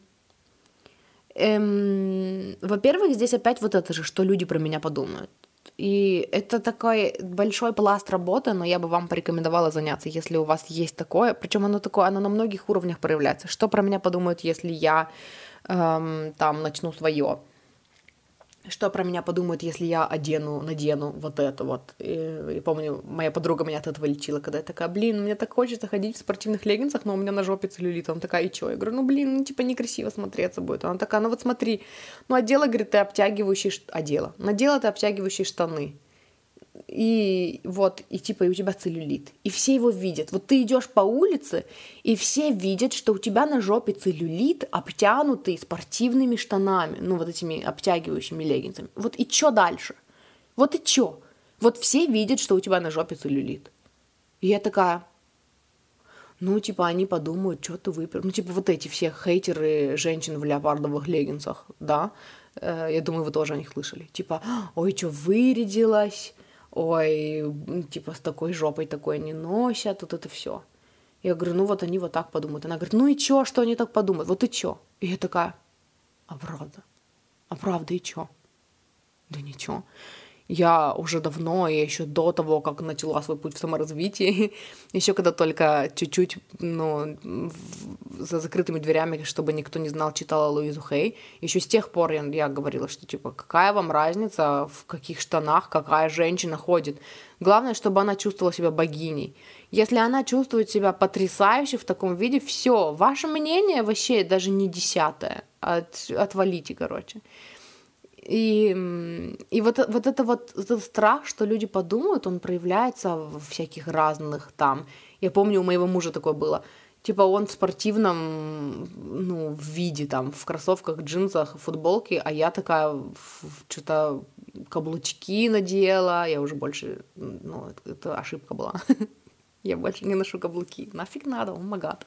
во-первых, здесь опять вот это же, что люди про меня подумают. И это такой большой пласт работы, но я бы вам порекомендовала заняться, если у вас есть такое. Причем оно такое, оно на многих уровнях проявляется. Что про меня подумают, если я там начну свое? Что про меня подумают, если я надену вот это вот. И помню, моя подруга меня от этого лечила, когда я такая, блин, мне так хочется ходить в спортивных леггинсах, но у меня на жопе целлюлит. Она такая, и чё? Я говорю, ну, блин, ну, типа, некрасиво смотреться будет. Она такая, ну, вот смотри, ну, одела, говорит, ты надела ты обтягивающие штаны. И вот, и типа, и у тебя целлюлит. И все его видят. Вот ты идешь по улице, и все видят, что у тебя на жопе целлюлит, обтянутый спортивными штанами, ну, вот этими обтягивающими леггинсами. Вот и чё дальше? Вот и чё? Вот все видят, что у тебя на жопе целлюлит. И я такая, ну, типа, они подумают, что ты выпер... Ну, типа, вот эти все хейтеры женщин в леопардовых леггинсах, да? Я думаю, вы тоже о них слышали. Типа, ой, что вырядилась? Ой, типа, с такой жопой такое не носят, вот это все. Я говорю, ну вот они вот так подумают. Она говорит, ну и чё, что они так подумают? Вот и чё? И я такая, а правда? А правда и чё? Да ничего. Я уже давно, я еще до того, как начала свой путь в саморазвитии, еще когда только чуть-чуть, ну, за закрытыми дверями, чтобы никто не знал, читала Луизу Хей, еще с тех пор я говорила, что, типа, какая вам разница, в каких штанах какая женщина ходит. Главное, чтобы она чувствовала себя богиней. Если она чувствует себя потрясающе в таком виде, все, ваше мнение вообще даже не десятое. Отвалите, короче. И вот этот страх, что люди подумают, он проявляется в всяких разных там. Я помню, у моего мужа такое было. Типа он в спортивном, ну, виде, там, в кроссовках, джинсах, футболке, а я такая что-то каблучки надела, я уже больше, ну, это ошибка была. Я больше не ношу каблуки. Нафиг надо, о май гад.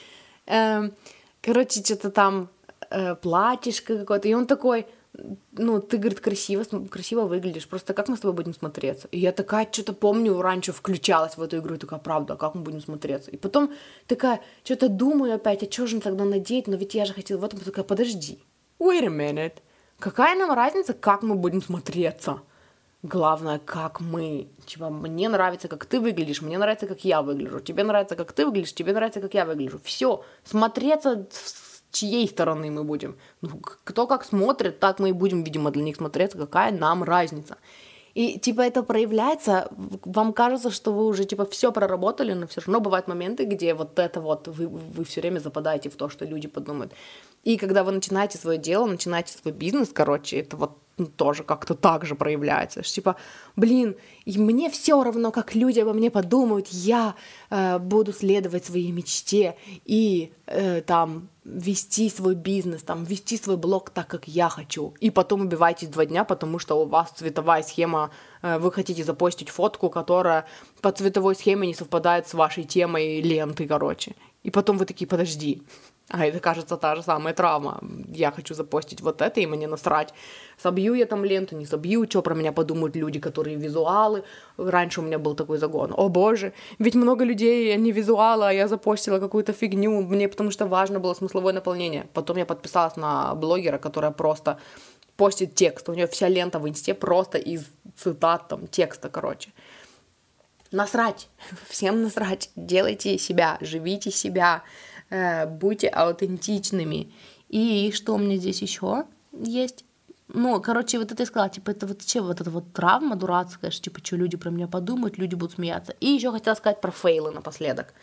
Короче, что-то там платьишко какое-то, и он такой... Ну, ты, говорит, красиво выглядишь, просто как мы с тобой будем смотреться? И я такая, что-то помню, раньше включалась в эту игру, и такая, правда, как мы будем смотреться? И потом такая, что-то думаю опять, а что же тогда надеть? Но ведь я же хотела в этом, такая, подожди, wait a minute, какая нам разница, как мы будем смотреться? Главное, как мы, типа, мне нравится, как ты выглядишь, мне нравится, как я выгляжу, тебе нравится, как ты выглядишь, тебе нравится, как я выгляжу. Все, смотреться чьей стороны мы будем. Ну, кто как смотрит, так мы и будем, видимо, для них смотреться, какая нам разница. И, типа, это проявляется, вам кажется, что вы уже, типа, все проработали, но все равно бывают моменты, где вот это вот, вы все время западаете в то, что люди подумают. И когда вы начинаете свое дело, начинаете свой бизнес, короче, это вот тоже как-то так же проявляется. Что, типа, блин, и мне все равно, как люди обо мне подумают, я буду следовать своей мечте и там вести свой бизнес, там, вести свой блог так, как я хочу. И потом убиваетесь 2 дня, потому что у вас цветовая схема, вы хотите запостить фотку, которая по цветовой схеме не совпадает с вашей темой ленты, короче. И потом вы такие, подожди, а это, кажется, та же самая травма. Я хочу запостить вот это, и мне насрать. Собью я там ленту, не собью, что про меня подумают люди, которые визуалы. Раньше у меня был такой загон. О боже, ведь много людей, они визуалы, а я запостила какую-то фигню, мне потому что важно было смысловое наполнение. Потом я подписалась на блогера, которая просто постит текст. У нее вся лента в инсте просто из цитат, там, текста, короче. Насрать, всем насрать, делайте себя, живите себя, будьте аутентичными. И что у меня здесь еще есть? Ну, короче, вот это я сказала, типа, это вот че, вот эта вот травма дурацкая, что, типа, что люди про меня подумают, люди будут смеяться. И еще хотела сказать про фейлы напоследок.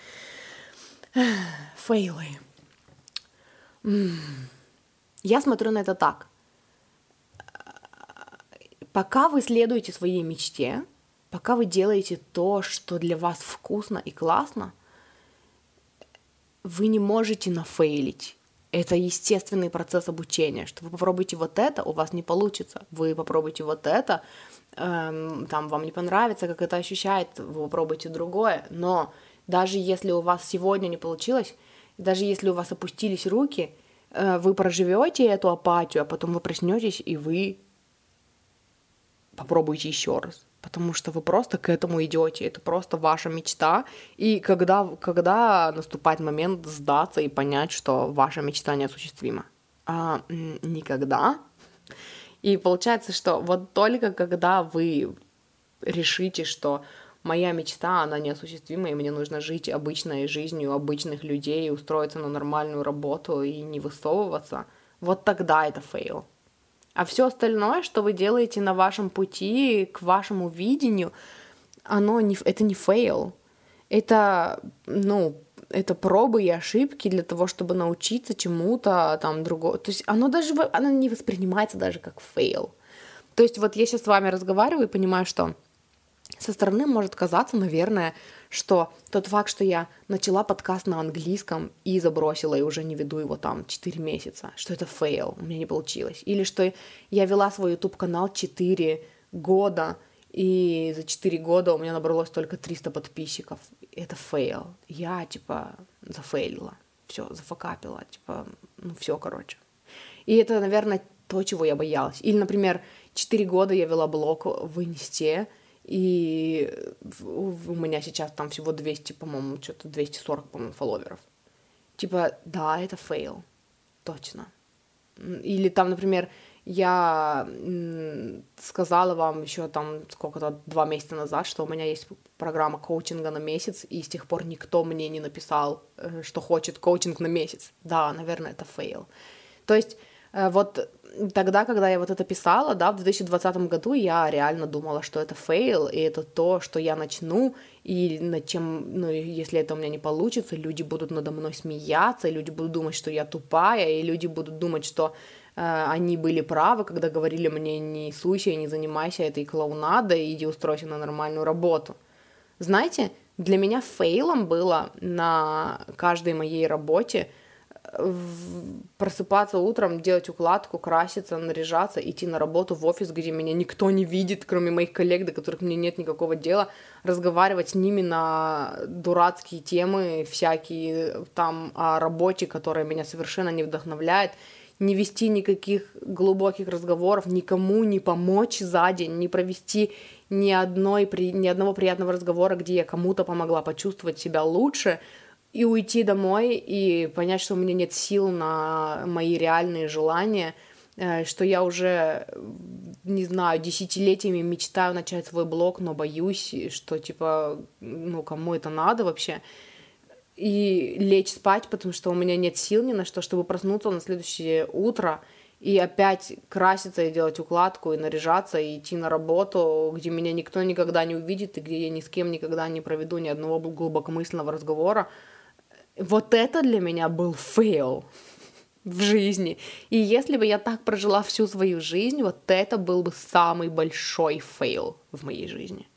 Фейлы. Я смотрю на это так. Пока вы следуете своей мечте, пока вы делаете то, что для вас вкусно и классно, вы не можете нафейлить. Это естественный процесс обучения, что вы попробуете вот это, у вас не получится. Вы попробуйте вот это, там вам не понравится, как это ощущает, вы попробуйте другое. Но Даже если у вас сегодня не получилось, даже если у вас опустились руки, вы проживете эту апатию, а потом вы проснетесь и вы попробуйте еще раз. Потому что вы просто к этому идете. Это просто ваша мечта. И когда наступает момент сдаться и понять, что ваша мечта неосуществима? Никогда. И получается, что вот только когда вы решите, что моя мечта, она неосуществима, и мне нужно жить обычной жизнью обычных людей, устроиться на нормальную работу и не высовываться, вот тогда это фейл. А все остальное, что вы делаете на вашем пути к вашему видению, это не фейл. Это пробы и ошибки для того, чтобы научиться чему-то там другому. То есть оно не воспринимается даже как фейл. То есть вот я сейчас с вами разговариваю и понимаю, что со стороны может казаться, наверное, что тот факт, что я начала подкаст на английском и забросила, и уже не веду его там 4 месяца, что это фейл, у меня не получилось. Или что я вела свой YouTube-канал 4 года, и за 4 года у меня набралось только 300 подписчиков. Это фейл. Я, зафейлила. Все, зафакапила. Все, короче. И это, наверное, то, чего я боялась. Или, например, 4 года я вела блог в Инсте, и у меня сейчас там всего 200, по-моему, 240, по-моему, фолловеров. Да, это фейл. Точно. Или там, например, я сказала вам еще там сколько-то 2 месяца назад, что у меня есть программа коучинга на месяц, и с тех пор никто мне не написал, что хочет коучинг на месяц. Да, наверное, это фейл. То есть вот тогда, когда я вот это писала, да, в 2020 году я реально думала, что это фейл, и это то, что я начну, и над чем, если это у меня не получится, люди будут надо мной смеяться, и люди будут думать, что я тупая, и люди будут думать, что они были правы, когда говорили мне: не суйся и не занимайся этой клоунадой, иди устройся на нормальную работу. Знаете, для меня фейлом было на каждой моей работе просыпаться утром, делать укладку, краситься, наряжаться, идти на работу в офис, где меня никто не видит, кроме моих коллег, до которых мне нет никакого дела, разговаривать с ними на дурацкие темы всякие там о работе, которая меня совершенно не вдохновляет, не вести никаких глубоких разговоров, никому не помочь за день, не провести ни одного приятного разговора, где я кому-то помогла почувствовать себя лучше, и уйти домой и понять, что у меня нет сил на мои реальные желания, что я уже, не знаю, десятилетиями мечтаю начать свой блог, но боюсь, что, кому это надо вообще, и лечь спать, потому что у меня нет сил ни на что, чтобы проснуться на следующее утро и опять краситься и делать укладку, и наряжаться, и идти на работу, где меня никто никогда не увидит, и где я ни с кем никогда не проведу ни одного глубокомысленного разговора. Вот это для меня был фейл в жизни. И если бы я так прожила всю свою жизнь, вот это был бы самый большой фейл в моей жизни.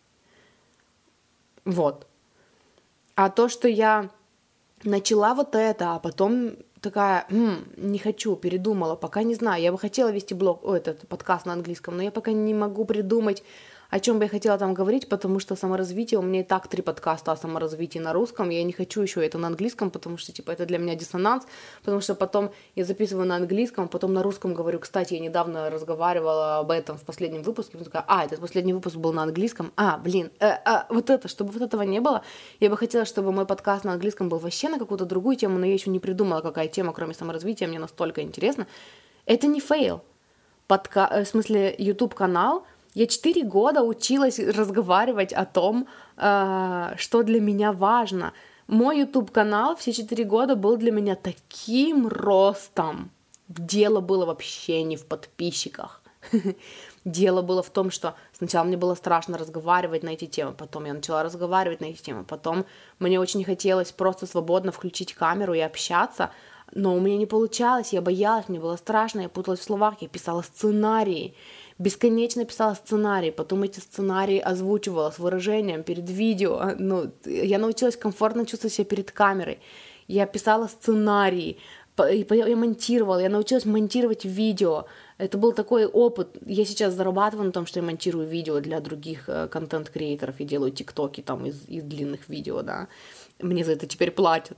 Вот. А то, что я начала вот это, а потом такая: не хочу, передумала, пока не знаю. Я бы хотела вести этот подкаст на английском, но я пока не могу придумать, о чем бы я хотела там говорить, потому что саморазвитие, у меня и так 3 подкаста о саморазвитии на русском, я не хочу еще это на английском, потому что, это для меня диссонанс, потому что потом я записываю на английском, потом на русском говорю. Кстати, я недавно разговаривала об этом в последнем выпуске, я такая: этот последний выпуск был на английском, чтобы вот этого не было, я бы хотела, чтобы мой подкаст на английском был вообще на какую-то другую тему, но я еще не придумала, какая тема, кроме саморазвития, мне настолько интересно. Это не фейл. В смысле, YouTube-канал. Я 4 года училась разговаривать о том, что для меня важно. Мой YouTube-канал все 4 года был для меня таким ростом. Дело было вообще не в подписчиках. Дело было в том, что сначала мне было страшно разговаривать на эти темы, потом я начала разговаривать на эти темы, потом мне очень хотелось просто свободно включить камеру и общаться, но у меня не получалось, я боялась, мне было страшно, я путалась в словах, я писала сценарии. Бесконечно писала сценарий, потом эти сценарии озвучивала с выражением перед видео. Я научилась комфортно чувствовать себя перед камерой. Я писала сценарии, я монтировала, я научилась монтировать видео. Это был такой опыт. Я сейчас зарабатываю на том, что я монтирую видео для других контент-креаторов и делаю тиктоки там из длинных видео, да. Мне за это теперь платят.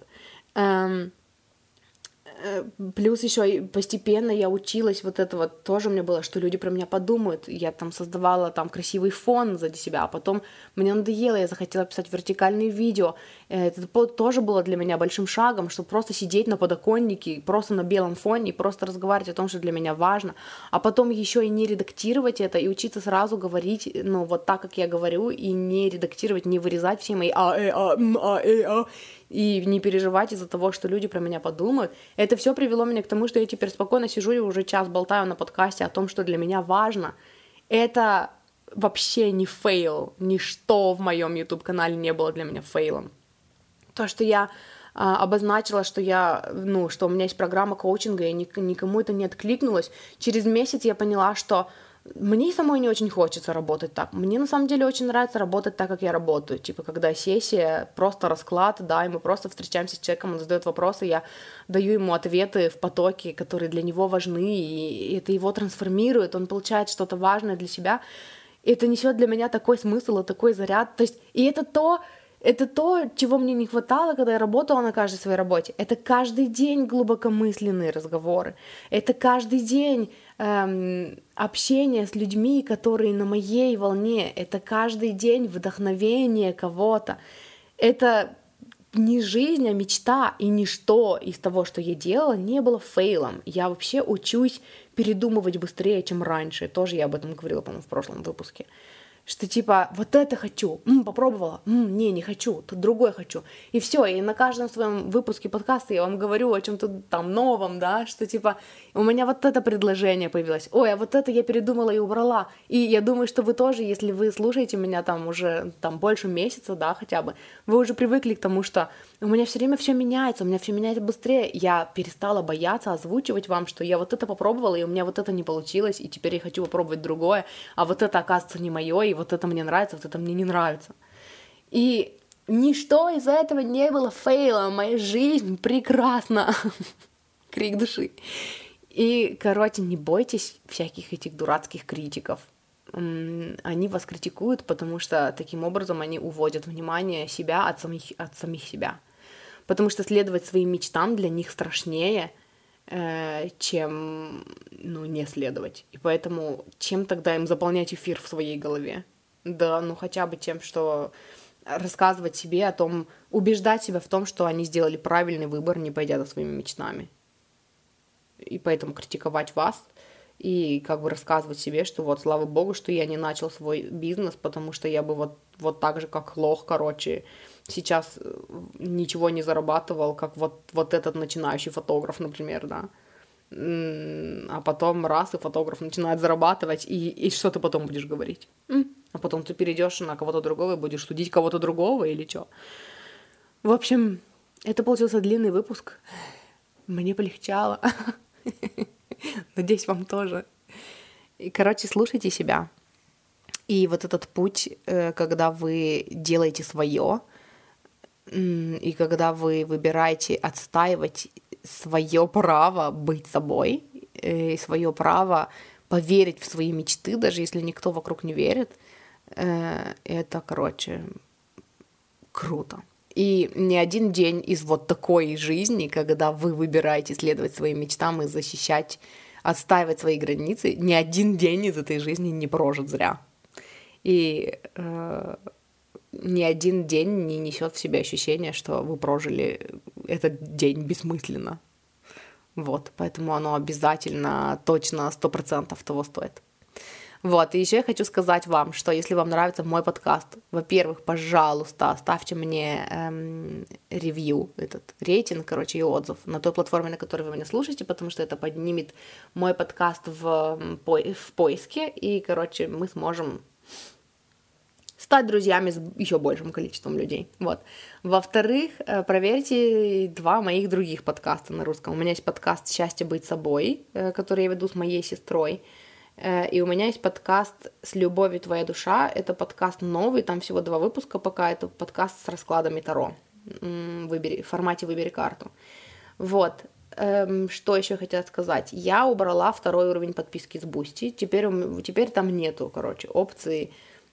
Плюс еще постепенно я училась вот это вот тоже у меня было, что люди про меня подумают. Я там создавала там красивый фон сзади себя, а потом мне надоело, я захотела писать вертикальные видео. Это тоже было для меня большим шагом, чтобы просто сидеть на подоконнике, просто на белом фоне и просто разговаривать о том, что для меня важно. А потом еще и не редактировать это, и учиться сразу говорить, ну, вот так, как я говорю, и не редактировать, не вырезать все мои и не переживать из-за того, что люди про меня подумают. Это все привело меня к тому, что я теперь спокойно сижу и уже час болтаю на подкасте о том, что для меня важно. Это вообще не фейл. Ничто в моем YouTube-канале не было для меня фейлом. То, что я обозначила, что что у меня есть программа коучинга, и никому это не откликнулось. Через месяц я поняла, что мне самой не очень хочется работать так. Мне на самом деле очень нравится работать так, как я работаю. Типа, когда сессия, просто расклад, да, и мы просто встречаемся с человеком, он задает вопросы, я даю ему ответы в потоке, которые для него важны, и это его трансформирует, он получает что-то важное для себя. И это несет для меня такой смысл и такой заряд. То есть, и это то, чего мне не хватало, когда я работала на каждой своей работе. Это каждый день глубокомысленные разговоры. Это каждый день общение с людьми, которые на моей волне. Это каждый день вдохновение кого-то. Это не жизнь, а мечта. И ничто из того, что я делала, не было фейлом. Я вообще учусь передумывать быстрее, чем раньше. Тоже я об этом говорила, по-моему, в прошлом выпуске. Что типа, вот это хочу, попробовала, не хочу, тут другой хочу. И все, и на каждом своем выпуске подкаста я вам говорю о чем-то там новом, да, что типа, у меня вот это предложение появилось, ой, а вот это я передумала и убрала. И я думаю, что вы тоже, если вы слушаете меня там уже там больше месяца, да, хотя бы, вы уже привыкли к тому, что у меня все время все меняется, у меня все меняется быстрее. Я перестала бояться озвучивать вам, что я вот это попробовала, и у меня вот это не получилось, и теперь я хочу попробовать другое, а вот это, оказывается, не мое, и вот это мне нравится, вот это мне не нравится. И ничто из этого не было фейлом, моя жизнь прекрасна. Крик души. И, короче, не бойтесь всяких этих дурацких критиков. Они вас критикуют, потому что таким образом они уводят внимание себя от самих себя. Потому что следовать своим мечтам для них страшнее, чем не следовать. И поэтому чем тогда им заполнять эфир в своей голове? Да, хотя бы тем, что рассказывать себе о том, убеждать себя в том, что они сделали правильный выбор, не пойдя за своими мечтами. И поэтому критиковать вас и как бы рассказывать себе, что вот, слава богу, что я не начал свой бизнес, потому что я бы вот так же, как лох, сейчас ничего не зарабатывал, как вот этот начинающий фотограф, например, да. А потом раз, и фотограф начинает зарабатывать, и что ты потом будешь говорить? А потом ты перейдешь на кого-то другого и будешь судить кого-то другого или что? В общем, это получился длинный выпуск. Мне полегчало. Надеюсь, вам тоже. И, слушайте себя. И вот этот путь, когда вы делаете свое, и когда вы выбираете отстаивать свое право быть собой, и свое право поверить в свои мечты, даже если никто вокруг не верит, это, круто. И ни один день из вот такой жизни, когда вы выбираете следовать своим мечтам и защищать, отстаивать свои границы, ни один день из этой жизни не прожит зря. И ни один день не несет в себе ощущение, что вы прожили этот день бессмысленно. Вот, поэтому оно обязательно, точно, 100% того стоит. Вот, и еще я хочу сказать вам, что если вам нравится мой подкаст, во-первых, пожалуйста, ставьте мне ревью, этот рейтинг, и отзыв на той платформе, на которой вы меня слушаете, потому что это поднимет мой подкаст в поиске, и, мы сможем стать друзьями с еще большим количеством людей. Вот. Во-вторых, проверьте 2 моих других подкаста на русском. У меня есть подкаст «Счастье быть собой», который я веду с моей сестрой. И у меня есть подкаст «С любовью твоя душа». Это подкаст новый, там всего 2 выпуска пока. Это подкаст с раскладами Таро в формате «Выбери карту». Вот. что еще хотела сказать? Я убрала 2-й уровень подписки с Boosty. Теперь там нету, опции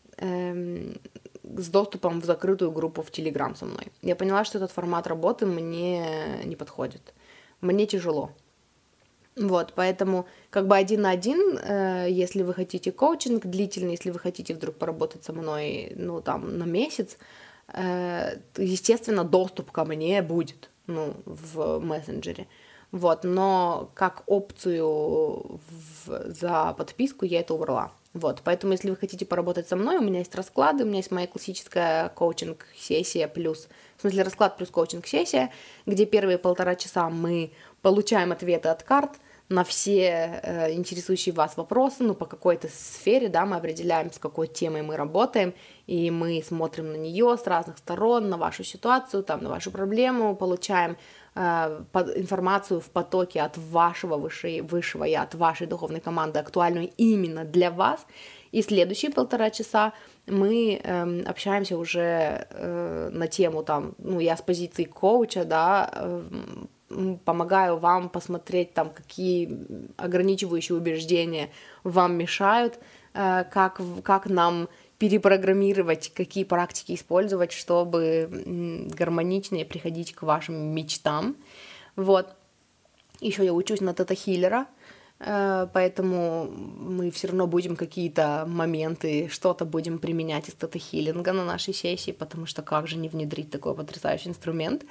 с доступом в закрытую группу в Telegram со мной. Я поняла, что этот формат работы мне не подходит. Мне тяжело. Вот, поэтому 1 на 1, если вы хотите коучинг длительный, если вы хотите вдруг поработать со мной, на месяц, естественно, доступ ко мне будет, в мессенджере. Вот, но как опцию за подписку я это убрала. Вот, поэтому если вы хотите поработать со мной, у меня есть расклады, у меня есть моя классическая коучинг-сессия плюс, в смысле расклад плюс коучинг-сессия, где первые 1,5 часа мы получаем ответы от карт на все интересующие вас вопросы, по какой-то сфере, да, мы определяем, с какой темой мы работаем, и мы смотрим на нее с разных сторон, на вашу ситуацию, на вашу проблему, получаем информацию в потоке от вашего высшего я, от вашей духовной команды, актуальную именно для вас. И следующие 1,5 часа мы общаемся уже на тему, я с позиции коуча, да, помогаю вам посмотреть, какие ограничивающие убеждения вам мешают, как нам перепрограммировать, какие практики использовать, чтобы гармоничнее приходить к вашим мечтам. Вот. Еще я учусь на тета-хиллера, поэтому мы все равно будем какие-то моменты, что-то будем применять из тета-хиллинга на нашей сессии, потому что как же не внедрить такой потрясающий инструмент.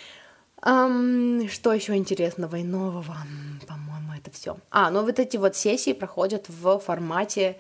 Что еще интересного и нового? По-моему, это все. Вот эти сессии проходят в формате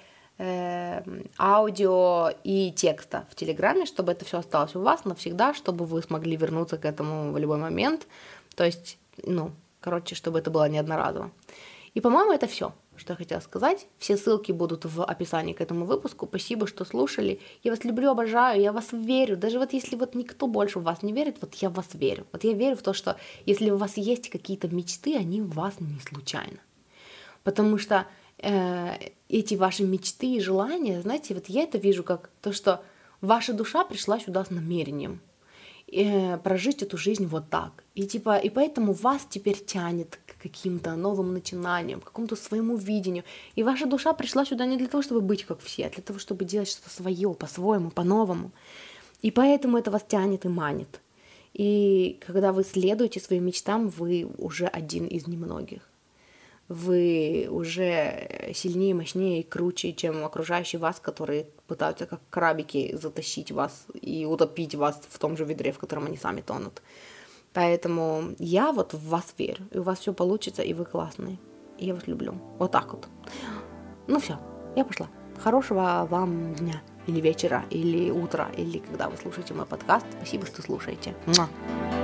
аудио и текста в Телеграме, чтобы это все осталось у вас навсегда, чтобы вы смогли вернуться к этому в любой момент. То есть, чтобы это было не одноразово. И, по-моему, это все, что я хотела сказать. Все ссылки будут в описании к этому выпуску. Спасибо, что слушали. Я вас люблю, обожаю, я вас верю. Даже если никто больше в вас не верит, я в вас верю. Я верю в то, что если у вас есть какие-то мечты, они у вас не случайно. Потому что эти ваши мечты и желания, знаете, я это вижу как то, что ваша душа пришла сюда с намерением прожить эту жизнь вот так. И поэтому вас теперь тянет к каким-то новым начинаниям, к какому-то своему видению. И ваша душа пришла сюда не для того, чтобы быть как все, а для того, чтобы делать что-то свое, по-своему, по-новому. И поэтому это вас тянет и манит. И когда вы следуете своим мечтам, вы уже один из немногих. Вы уже сильнее, мощнее и круче, чем окружающие вас, которые пытаются как крабики затащить вас и утопить вас в том же ведре, в котором они сами тонут. Поэтому я в вас верю, и у вас все получится, и вы классные. И я вас люблю. Вот так вот. Все, я пошла. Хорошего вам дня, или вечера, или утра, или когда вы слушаете мой подкаст. Спасибо, что слушаете. Муа.